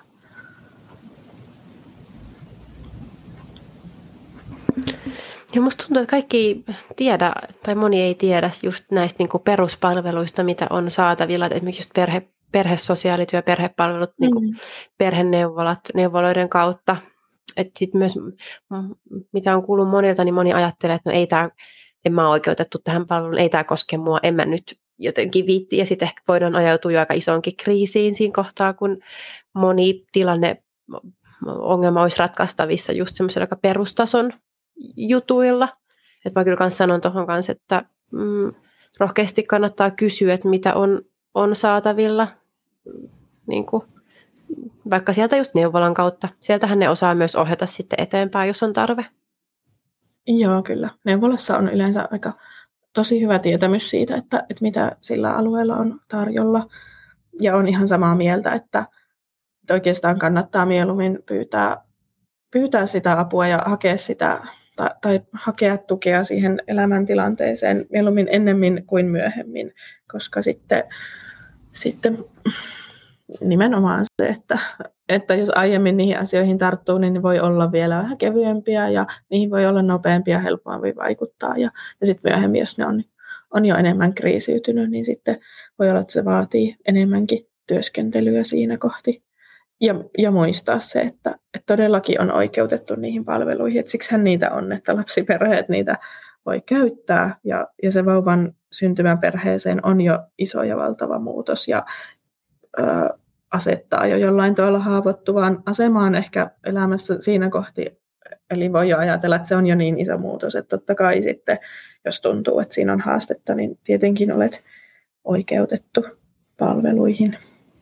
Ja musta tuntuu, että kaikki ei tiedä, tai moni ei tiedä just näistä niin kuin peruspalveluista, mitä on saatavilla. Että esimerkiksi just perhesosiaalityö, perhepalvelut, niin kuin perheneuvolat, neuvoloiden kautta. Että sitten myös, mitä on kuullut monilta, niin moni ajattelee, että no ei tämä, en mä ole oikeutettu tähän palveluun, ei tämä koske mua, en mä nyt jotenkin viitti. Ja sitten ehkä voidaan ajautua jo aika isoonkin kriisiin siinä kohtaa, kun moni tilanne, ongelma olisi ratkaistavissa just semmoisella aika perustason jutuilla. Että mä kyllä kans sanon tuohon kanssa, että rohkeasti kannattaa kysyä, että mitä on saatavilla, niin kuin, vaikka sieltä just neuvolan kautta. Sieltähän ne osaa myös ohjata sitten eteenpäin, jos on tarve. Joo, kyllä. Neuvolassa on yleensä aika tosi hyvä tietämys siitä, että mitä sillä alueella on tarjolla. Ja on ihan samaa mieltä, että oikeastaan kannattaa mieluummin pyytää sitä apua ja hakea sitä tai hakea tukea siihen elämäntilanteeseen mieluummin ennemmin kuin myöhemmin, koska sitten nimenomaan se, että jos aiemmin niihin asioihin tarttuu, niin ne voi olla vielä vähän kevyempiä ja niihin voi olla nopeampia ja helpommin vaikuttaa. Ja sitten myöhemmin, jos ne on jo enemmän kriisiytynyt, niin sitten voi olla, että se vaatii enemmänkin työskentelyä siinä kohti. Ja muistaa se, että todellakin on oikeutettu niihin palveluihin. Et siksihän niitä on, että lapsiperheet niitä voi käyttää. Ja se vauvan syntymä perheeseen on jo iso ja valtava muutos ja asettaa jo jollain tavalla haavoittuvaan asemaan ehkä elämässä siinä kohti. Eli voi jo ajatella, että se on jo niin iso muutos, että totta kai sitten, jos tuntuu, että siinä on haastetta, niin tietenkin olet oikeutettu palveluihin.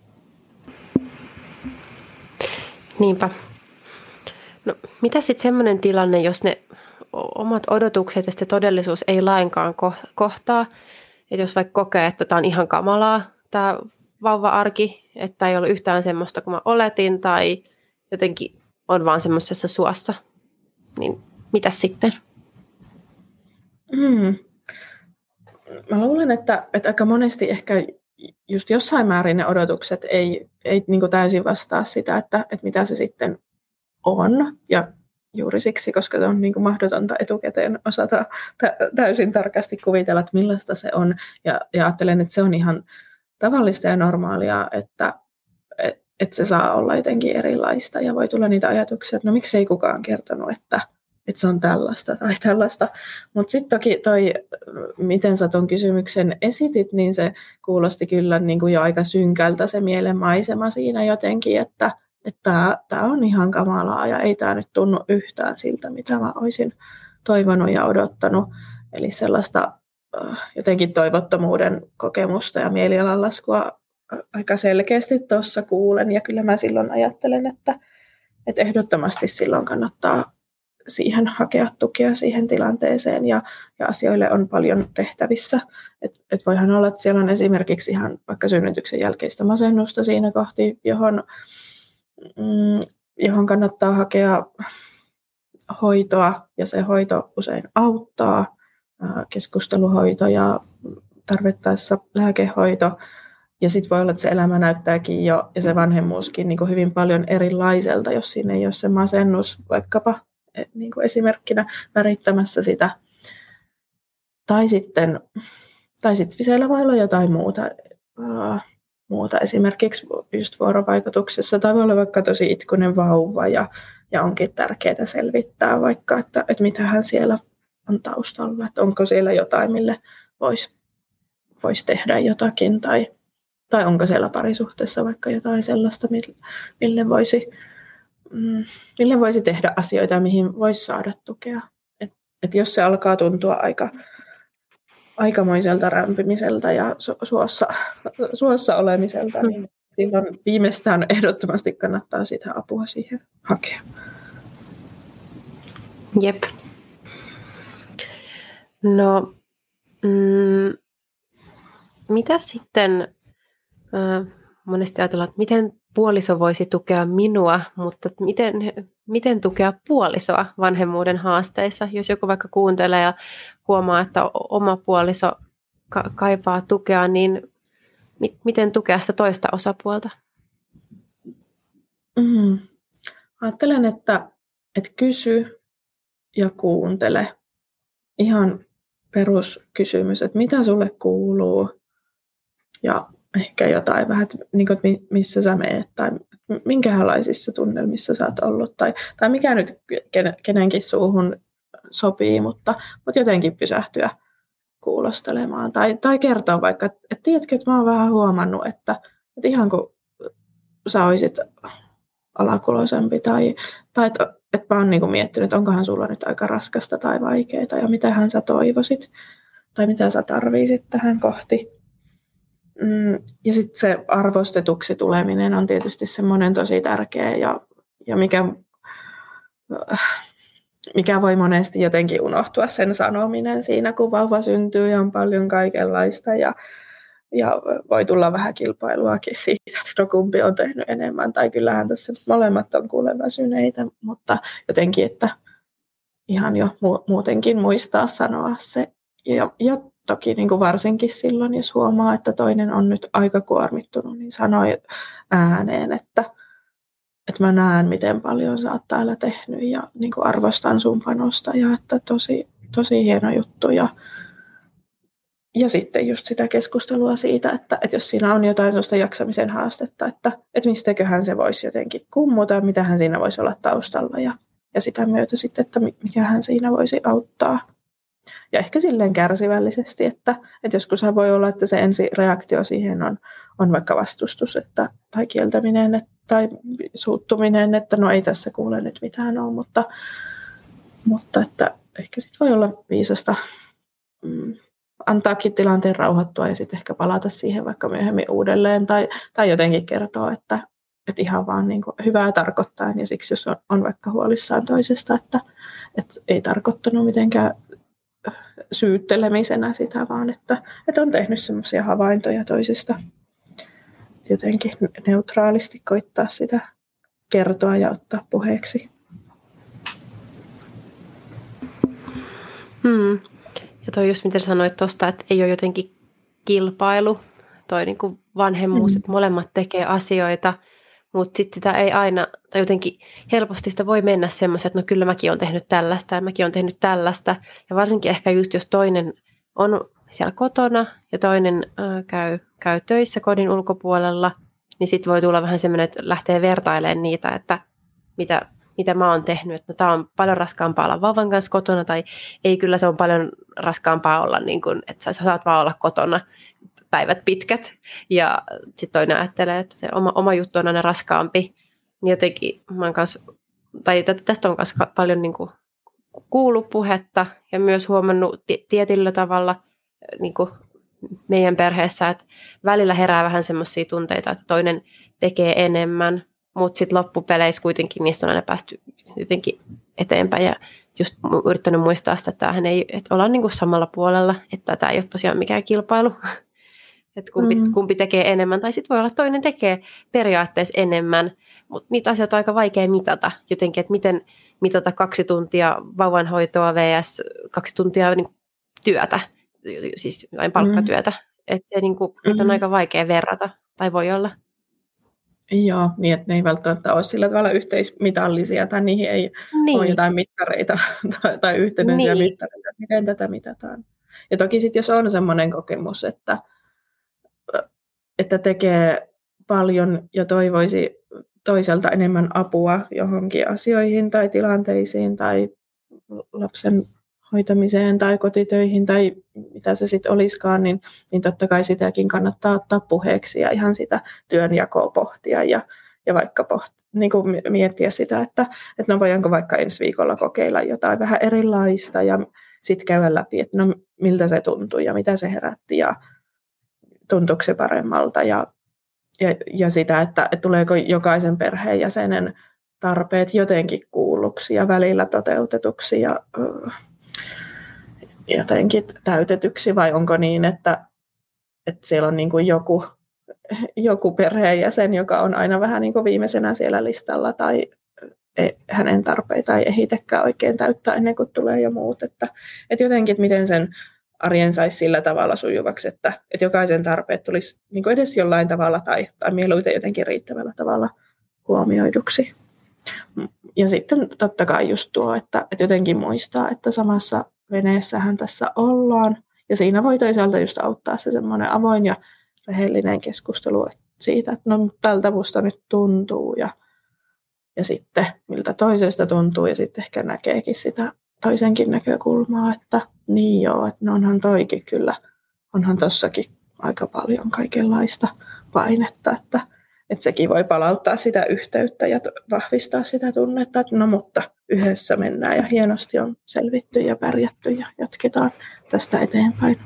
Niinpä. No, mitä sitten semmoinen tilanne, jos ne omat odotukset ja sitten todellisuus ei lainkaan kohtaa? Että jos vaikka kokee, että tämä on ihan kamalaa, tämä vauva-arki, että ei ole yhtään semmoista kuin mä oletin tai jotenkin on vaan semmoisessa suossa, niin mitä sitten? Mä luulen, että aika monesti ehkä just jossain määrin ne odotukset ei niin kuin täysin vastaa sitä, että mitä se sitten on. Ja juuri siksi, koska se on niin kuin mahdotonta etukäteen osata täysin tarkasti kuvitella, että millaista se on. Ja ajattelen, että se on ihan tavallista ja normaalia, että se saa olla jotenkin erilaista. Ja voi tulla niitä ajatuksia, että no miksi ei kukaan kertonut, että se on tällaista tai tällaista. Mutta sitten toki toi, miten sä ton kysymyksen esitit, niin se kuulosti kyllä niin kuin jo aika synkältä se mielenmaisema siinä jotenkin, että tämä on ihan kamalaa ja ei tämä nyt tunnu yhtään siltä, mitä mä olisin toivonut ja odottanut. Eli sellaista jotenkin toivottomuuden kokemusta ja mielialanlaskua aika selkeästi tuossa kuulen. Ja kyllä mä silloin ajattelen, että ehdottomasti silloin kannattaa siihen hakea tukea siihen tilanteeseen ja asioille on paljon tehtävissä. Et voihan olla, että siellä on esimerkiksi ihan vaikka synnytyksen jälkeistä masennusta siinä kohti, johon kannattaa hakea hoitoa ja se hoito usein auttaa, keskusteluhoito ja tarvittaessa lääkehoito. Ja sitten voi olla, että se elämä näyttääkin jo ja se vanhemmuuskin niin kuin hyvin paljon erilaiselta, jos siinä ei ole se masennus vaikkapa niin kuin esimerkkinä värittämässä sitä. Tai sitten siellä voi olla jotain muuta esimerkiksi just vuorovaikutuksessa. Tai voi olla vaikka tosi itkunen vauva ja onkin tärkeää selvittää vaikka, että mitähän siellä on taustalla. Että onko siellä jotain, mille voisi tehdä jotakin tai onko siellä parisuhteessa vaikka jotain sellaista, mille voisi tehdä asioita, mihin voisi saada tukea. Et jos se alkaa tuntua aikamoiselta rämpimiseltä ja suossa olemiselta, niin silloin viimeistään ehdottomasti kannattaa sitä apua siihen hakea. Jep. No, mitä sitten, monesti ajatellaan, että miten puoliso voisi tukea minua, mutta miten tukea puolisoa vanhemmuuden haasteissa? Jos joku vaikka kuuntelee ja huomaa, että oma puoliso kaipaa tukea, niin miten tukea sitä toista osapuolta? Ajattelen, että kysy ja kuuntele. Ihan peruskysymys, että mitä sulle kuuluu ja ehkä jotain vähän, niin kuin, missä sä meet tai minkälaisissa tunnelmissa sä oot ollut tai mikä nyt kenenkin suuhun sopii, mutta jotenkin pysähtyä kuulostelemaan tai kertoa vaikka, että tiedätkö, että mä oon vähän huomannut, että ihan kun sä oisit alakuloisempi tai että mä oon niinku miettinyt, että onkohan sulla nyt aika raskasta tai vaikeaa ja mitähän sä toivoisit tai mitä sä tarvisit tähän kohti. Ja sitten se arvostetuksi tuleminen on tietysti semmoinen tosi tärkeä ja mikä voi monesti jotenkin unohtua sen sanominen siinä, kun vauva syntyy ja on paljon kaikenlaista ja voi tulla vähän kilpailuakin siitä, että no kumpi on tehnyt enemmän. Tai kyllähän tässä molemmat on kuule väsyneitä, mutta jotenkin, että ihan jo muutenkin muistaa sanoa se. Ja toki niin kuin varsinkin silloin, jos huomaa, että toinen on nyt aika kuormittunut, niin sanoi ääneen, että mä näen, miten paljon sä oot täällä tehnyt ja niin kuin arvostan sun panosta ja että tosi hieno juttu. Ja sitten just sitä keskustelua siitä, että jos siinä on jotain sellaista jaksamisen haastetta, että mistäköhän se voisi jotenkin kummuta, mitähän siinä voisi olla taustalla ja sitä myötä sitten, että mikähän siinä voisi auttaa. Ja ehkä silleen kärsivällisesti, että joskushan voi olla, että se ensireaktio siihen on vaikka vastustus tai kieltäminen tai suuttuminen, että no ei tässä kuule nyt mitään ole, mutta että ehkä sitten voi olla viisasta antaakin tilanteen rauhoittua ja sitten ehkä palata siihen vaikka myöhemmin uudelleen tai jotenkin kertoa, että ihan vaan niin kuin hyvää tarkoittaa ja siksi jos on vaikka huolissaan toisesta, että ei tarkoittanut mitenkään syyttelemisenä sitä, vaan että on tehnyt semmoisia havaintoja toisesta jotenkin neutraalisti koittaa sitä kertoa ja ottaa puheeksi. Ja toi just miten sanoit tuosta, että ei ole jotenkin kilpailu, toi niin kuin vanhemmuus, että molemmat tekee asioita, mutta sitten sitä ei aina, tai jotenkin helposti sitä voi mennä semmoisen, että no kyllä mäkin olen tehnyt tällaista ja mäkin olen tehnyt tällaista. Ja varsinkin ehkä just jos toinen on siellä kotona ja toinen käy töissä kodin ulkopuolella, niin sitten voi tulla vähän semmoinen, että lähtee vertailemaan niitä, että mitä mä oon tehnyt. Että no, tämä on paljon raskaampaa olla vauvan kanssa kotona, tai ei, kyllä se on paljon raskaampaa olla, niin kuin, että sä saat vaan olla kotona päivät pitkät. Ja sitten toinen ajattelee, että se oma juttu on aina raskaampi. Niin jotenkin mä oon kanssa, tai tästä on myös paljon niin kuin kuullut puhetta ja myös huomannut tietyllä tavalla niin kuin meidän perheessä, että välillä herää vähän semmoisia tunteita, että toinen tekee enemmän, mutta sitten loppupeleissä kuitenkin niistä on aina päästy jotenkin eteenpäin ja just yrittänyt muistaa sitä, että että ollaan niin kuin samalla puolella, että tämä ei ole tosiaan mikään kilpailu, että kumpi tekee enemmän, tai sitten voi olla, että toinen tekee periaatteessa enemmän, mutta niitä asioita on aika vaikea mitata jotenkin, että miten mitata 2 tuntia vauvanhoitoa vs. 2 tuntia niin kuin työtä, siis vain palkkatyötä, että se niin kuin, on aika vaikea verrata, tai voi olla. Joo, niin että ne ei välttämättä ole sillä tavalla yhteismitallisia tai niihin ei ole jotain mittareita tai yhtenäisiä mittareita, että miten tätä mitataan. Ja toki sitten jos on semmoinen kokemus, että tekee paljon ja toivoisi toiselta enemmän apua johonkin asioihin tai tilanteisiin tai lapsen hoitamiseen tai kotitöihin tai mitä se sitten olisikaan, niin totta kai sitäkin kannattaa ottaa puheeksi ja ihan sitä työnjakoa pohtia ja vaikka niin kuin miettiä sitä, että no voidaanko vaikka ensi viikolla kokeilla jotain vähän erilaista ja sitten käydä läpi, että no miltä se tuntui ja mitä se herätti ja tuntuuko se paremmalta ja sitä, että tuleeko jokaisen perheenjäsenen tarpeet jotenkin kuulluksi ja välillä toteutetuksi ja jotenkin täytetyksi, vai onko niin, että siellä on niin kuin joku perheenjäsen, joka on aina vähän niin kuin viimeisenä siellä listalla tai hänen tarpeita ei ehitekään oikein täyttää ennen kuin tulee jo muut. Että jotenkin, että miten sen arjen saisi sillä tavalla sujuvaksi, että jokaisen tarpeet tulisi niin kuin edes jollain tavalla tai mieluiten jotenkin riittävällä tavalla huomioiduksi. Ja sitten totta kai just tuo, että jotenkin muistaa, että samassa veneessähän tässä ollaan. Ja siinä voi toisaalta just auttaa se semmoinen avoin ja rehellinen keskustelu siitä, että no tältä musta nyt tuntuu ja sitten miltä toisesta tuntuu ja sitten ehkä näkeekin sitä toisenkin näkökulmaa, että niin joo, että no onhan toikin kyllä, onhan tossakin aika paljon kaikenlaista painetta, että sekin voi palauttaa sitä yhteyttä ja vahvistaa sitä tunnetta, että no mutta yhdessä mennään ja hienosti on selvitty ja pärjätty ja jatketaan tästä eteenpäin.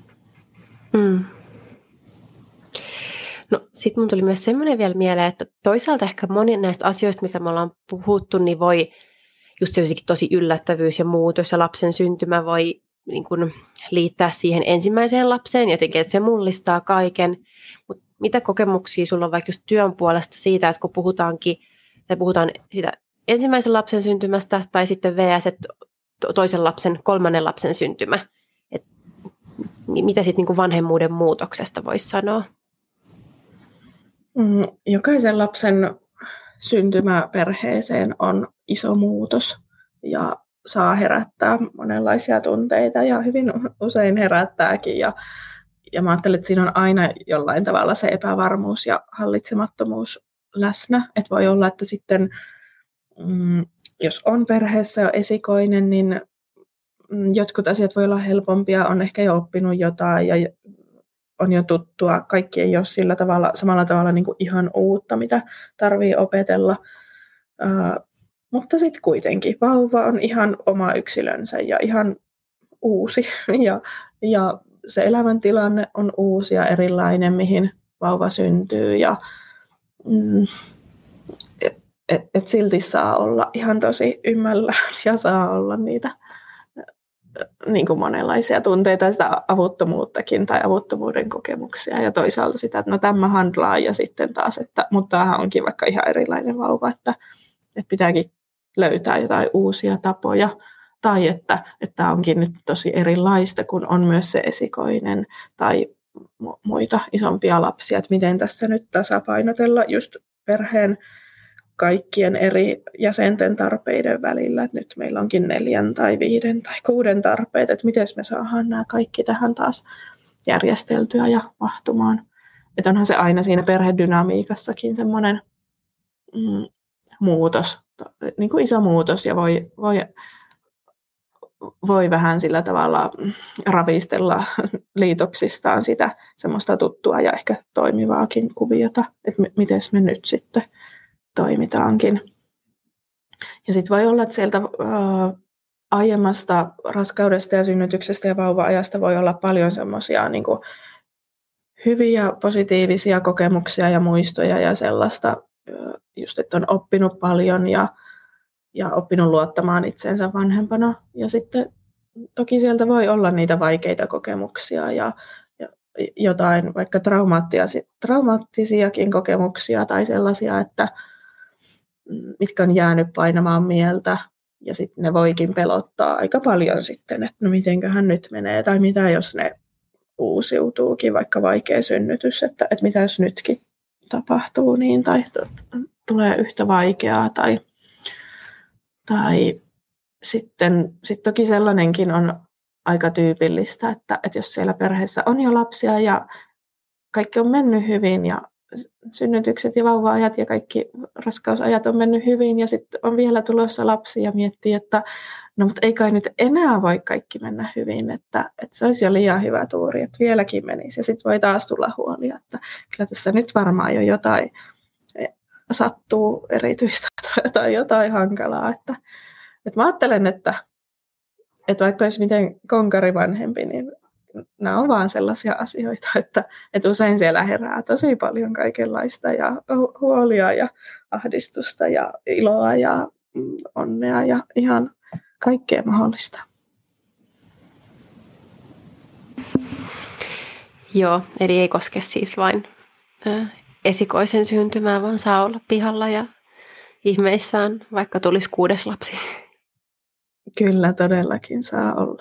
No sitten mun tuli myös semmoinen vielä mieleen, että toisaalta ehkä moni näistä asioista, mitä me ollaan puhuttu, niin voi just se tosi yllättävyys ja muutos ja lapsen syntymä voi niin kuin liittää siihen ensimmäiseen lapseen, jotenkin, että se mullistaa kaiken. Mutta mitä kokemuksia sulla on vaikka just työn puolesta siitä, että kun puhutaan siitä ensimmäisen lapsen syntymästä tai sitten vs. toisen lapsen, kolmannen lapsen syntymä? Et mitä sitten niin kuin vanhemmuuden muutoksesta voisi sanoa? Jokaisen lapsen syntymä perheeseen on iso muutos ja saa herättää monenlaisia tunteita ja hyvin usein herättääkin. Ja mä ajattelen, että siinä on aina jollain tavalla se epävarmuus ja hallitsemattomuus läsnä. Että voi olla, että sitten jos on perheessä jo esikoinen, niin jotkut asiat voi olla helpompia, on ehkä jo oppinut jotain ja on jo tuttua. Kaikki ei ole samalla tavalla niin kuin ihan uutta, mitä tarvitsee opetella. Mutta sitten kuitenkin vauva on ihan oma yksilönsä ja ihan uusi. Ja se elämäntilanne on uusi ja erilainen, mihin vauva syntyy. Ja et silti saa olla ihan tosi ymmällään ja saa olla niitä niin kuin monenlaisia tunteita, sitä avuttomuuttakin tai avuttomuuden kokemuksia ja toisaalta sitä, että no tämä handlaa ja sitten taas, että mutta tämähän onkin vaikka ihan erilainen vauva, että pitääkin löytää jotain uusia tapoja tai että tämä onkin nyt tosi erilaista, kun on myös se esikoinen tai muita isompia lapsia, että miten tässä nyt tasapainotella just perheen kaikkien eri jäsenten tarpeiden välillä, että nyt meillä onkin 4 tai 5 tai 6 tarpeet, että miten me saadaan nämä kaikki tähän taas järjesteltyä ja mahtumaan. Että onhan se aina siinä perhedynamiikassakin semmoinen muutos, niin kuin iso muutos ja voi vähän sillä tavalla ravistella liitoksistaan sitä semmoista tuttua ja ehkä toimivaakin kuviota, että miten me nyt sitten toimitaankin. Ja sitten voi olla, että sieltä aiemmasta raskaudesta ja synnytyksestä ja vauva-ajasta voi olla paljon semmoisia niin kuin hyviä, positiivisia kokemuksia ja muistoja ja sellaista, just että on oppinut paljon ja oppinut luottamaan itseensä vanhempana. Ja sitten toki sieltä voi olla niitä vaikeita kokemuksia ja jotain vaikka traumaattisiakin kokemuksia tai sellaisia, että mitkä on jäänyt painamaan mieltä ja sitten ne voikin pelottaa aika paljon sitten, että no mitenköhän nyt menee tai mitä jos ne uusiutuukin, vaikka vaikea synnytys, että mitä jos nytkin tapahtuu niin tai tulee yhtä vaikeaa tai sitten toki sellainenkin on aika tyypillistä, että jos siellä perheessä on jo lapsia ja kaikki on mennyt hyvin ja synnytykset ja vauva-ajat ja kaikki raskausajat on mennyt hyvin ja sitten on vielä tulossa lapsi ja miettii, että no mutta ei kai nyt enää voi kaikki mennä hyvin, että se olisi jo liian hyvä tuuri, että vieläkin menisi ja sitten voi taas tulla huolia, että kyllä tässä nyt varmaan jo jotain sattuu erityistä tai jotain hankalaa, että mä ajattelen, että vaikka olisi miten konkarivanhempi, niin nämä on vaan sellaisia asioita, että usein siellä herää tosi paljon kaikenlaista ja huolia ja ahdistusta ja iloa ja onnea ja ihan kaikkea mahdollista. Joo, eli ei koske siis vain esikoisen syntymää, vaan saa olla pihalla ja ihmeissään, vaikka tulisi 6. lapsi. Kyllä, todellakin saa olla.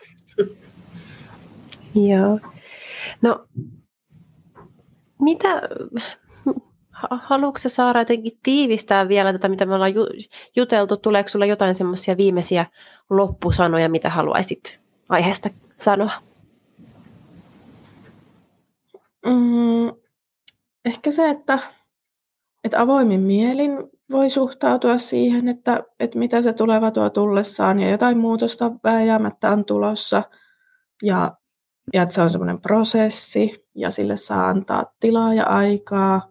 Joo. No, haluatko Saara jotenkin tiivistää vielä tätä, mitä me ollaan juteltu? Tuleeko sulla jotain semmoisia viimeisiä loppusanoja, mitä haluaisit aiheesta sanoa? Ehkä se, että avoimin mielin voi suhtautua siihen, että mitä se tuleva tuo tullessaan ja jotain muutosta vääjäämättä on tulossa ja että se on semmoinen prosessi ja sille saa antaa tilaa ja aikaa.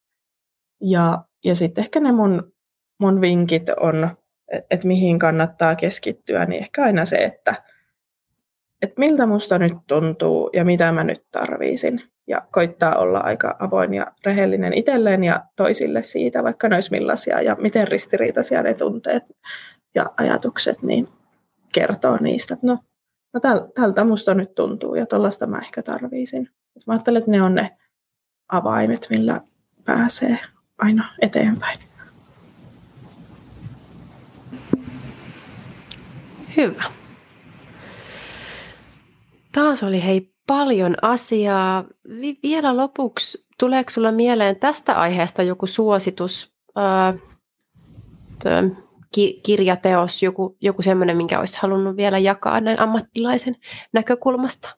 Ja sitten ehkä ne mun vinkit on, että mihin kannattaa keskittyä, niin ehkä aina se, että miltä musta nyt tuntuu ja mitä mä nyt tarvisin. Ja koittaa olla aika avoin ja rehellinen itselleen ja toisille siitä, vaikka ne olisi millaisia ja miten ristiriitaisia ne tunteet ja ajatukset, niin kertoo niistä. Että no tältä musta nyt tuntuu ja tollaista mä ehkä tarvisin. Mä ajattelen, että ne on ne avaimet, millä pääsee aina eteenpäin. Hyvä. Taas oli paljon asiaa. Vielä lopuksi, tuleeko sulla mieleen tästä aiheesta joku suositus, kirjateos, joku semmoinen, minkä olisit halunnut vielä jakaa näin ammattilaisen näkökulmasta?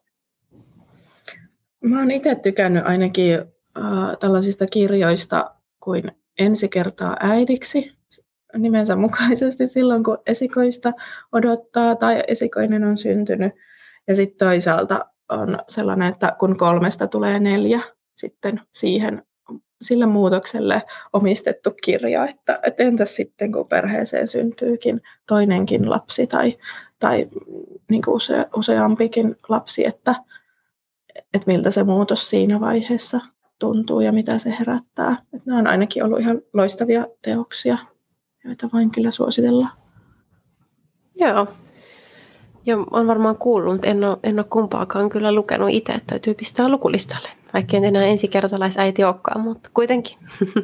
Mä oon itse tykännyt ainakin tällaisista kirjoista kuin Ensi kertaa äidiksi, nimensä mukaisesti silloin, kun esikoista odottaa tai esikoinen on syntynyt. Ja sitten toisaalta on sellainen, että kun 3 tulee 4, sitten sille muutokselle omistettu kirja, että entäs sitten, kun perheeseen syntyykin toinenkin lapsi tai niin kuin useampikin lapsi, että miltä se muutos siinä vaiheessa tuntuu ja mitä se herättää. Että nämä on ainakin ollut ihan loistavia teoksia, joita voin kyllä suositella. Joo. Ja olen varmaan kuullut, mutta en ole kumpaakaan kyllä lukenut itse, että täytyy pistää lukulistalle. Vaikka en enää ensikertalaisäiti olekaan, mutta kuitenkin.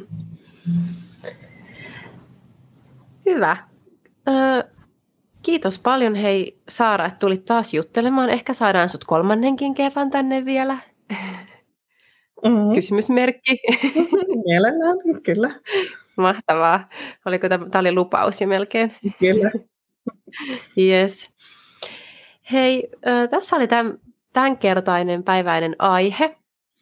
Hyvä. Kiitos paljon hei Saara, että tulit taas juttelemaan. Ehkä saadaan sut 3. kerran tänne vielä. Kysymysmerkki. Mielellään, kyllä. Mahtavaa. Oliko tämä oli lupaus jo melkein? Kyllä. Yes. Hei, tässä oli tämänkertainen päiväinen aihe.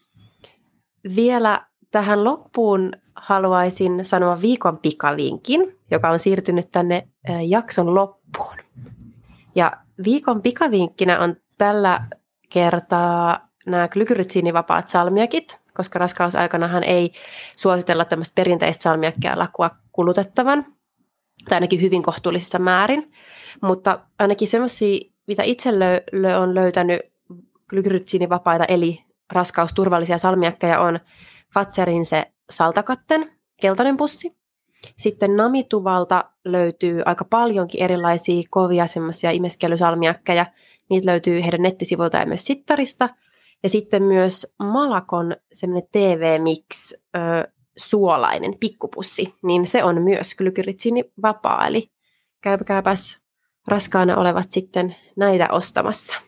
Vielä tähän loppuun haluaisin sanoa viikon pikavinkin, joka on siirtynyt tänne jakson loppuun. Ja viikon pikavinkkinä on tällä kertaa nämä glykyrytsiinivapaat salmiakit, koska raskausaikanahan ei suositella tämmöistä perinteistä salmiakkialakua kulutettavan, tai ainakin hyvin kohtuullisissa määrin. Mutta ainakin semmoisia, mitä itse on löytänyt glykyrytsiinivapaita, eli raskausturvallisia salmiakkeja, on Fazerin se Saltakatten keltainen pussi. Sitten Namituvalta löytyy aika paljonkin erilaisia kovia semmoisia imeskelysalmiakkeja. Niitä löytyy heidän nettisivuilta ja myös Sittarista. Ja sitten myös Malakon semmoinen TV-mix suolainen pikkupussi, niin se on myös glykyrytsiinivapaa. Eli käykääpäs raskaana olevat sitten näitä ostamassa.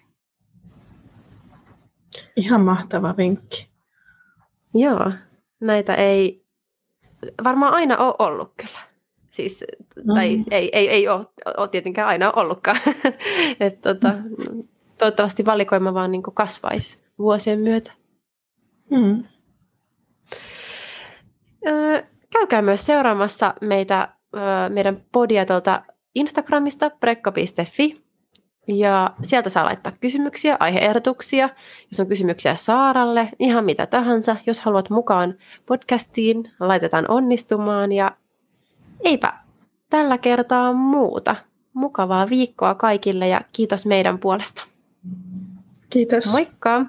Ihan mahtava vinkki. Joo, näitä ei varmaan aina ole ollut kyllä. Siis, tai ei ole tietenkään aina ollutkaan. Toivottavasti valikoima vaan niin kuin kasvaisi vuosien myötä. Käykää myös seuraamassa meidän podia tuolta Instagramista prekko.fi. Ja sieltä saa laittaa kysymyksiä, aihe-ehdotuksia, jos on kysymyksiä Saaralle, ihan mitä tahansa. Jos haluat mukaan podcastiin, laitetaan onnistumaan ja eipä tällä kertaa muuta. Mukavaa viikkoa kaikille ja kiitos meidän puolesta. Kiitos. Moikka!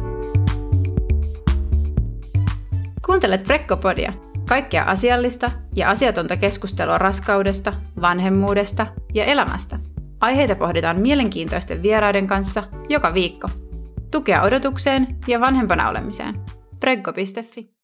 Kuuntelet Prekkopodia, kaikkea asiallista ja asiatonta keskustelua raskaudesta, vanhemmuudesta ja elämästä. Aiheita pohditaan mielenkiintoisten vieraiden kanssa joka viikko. Tukea odotukseen ja vanhempana olemiseen. Prekko.fi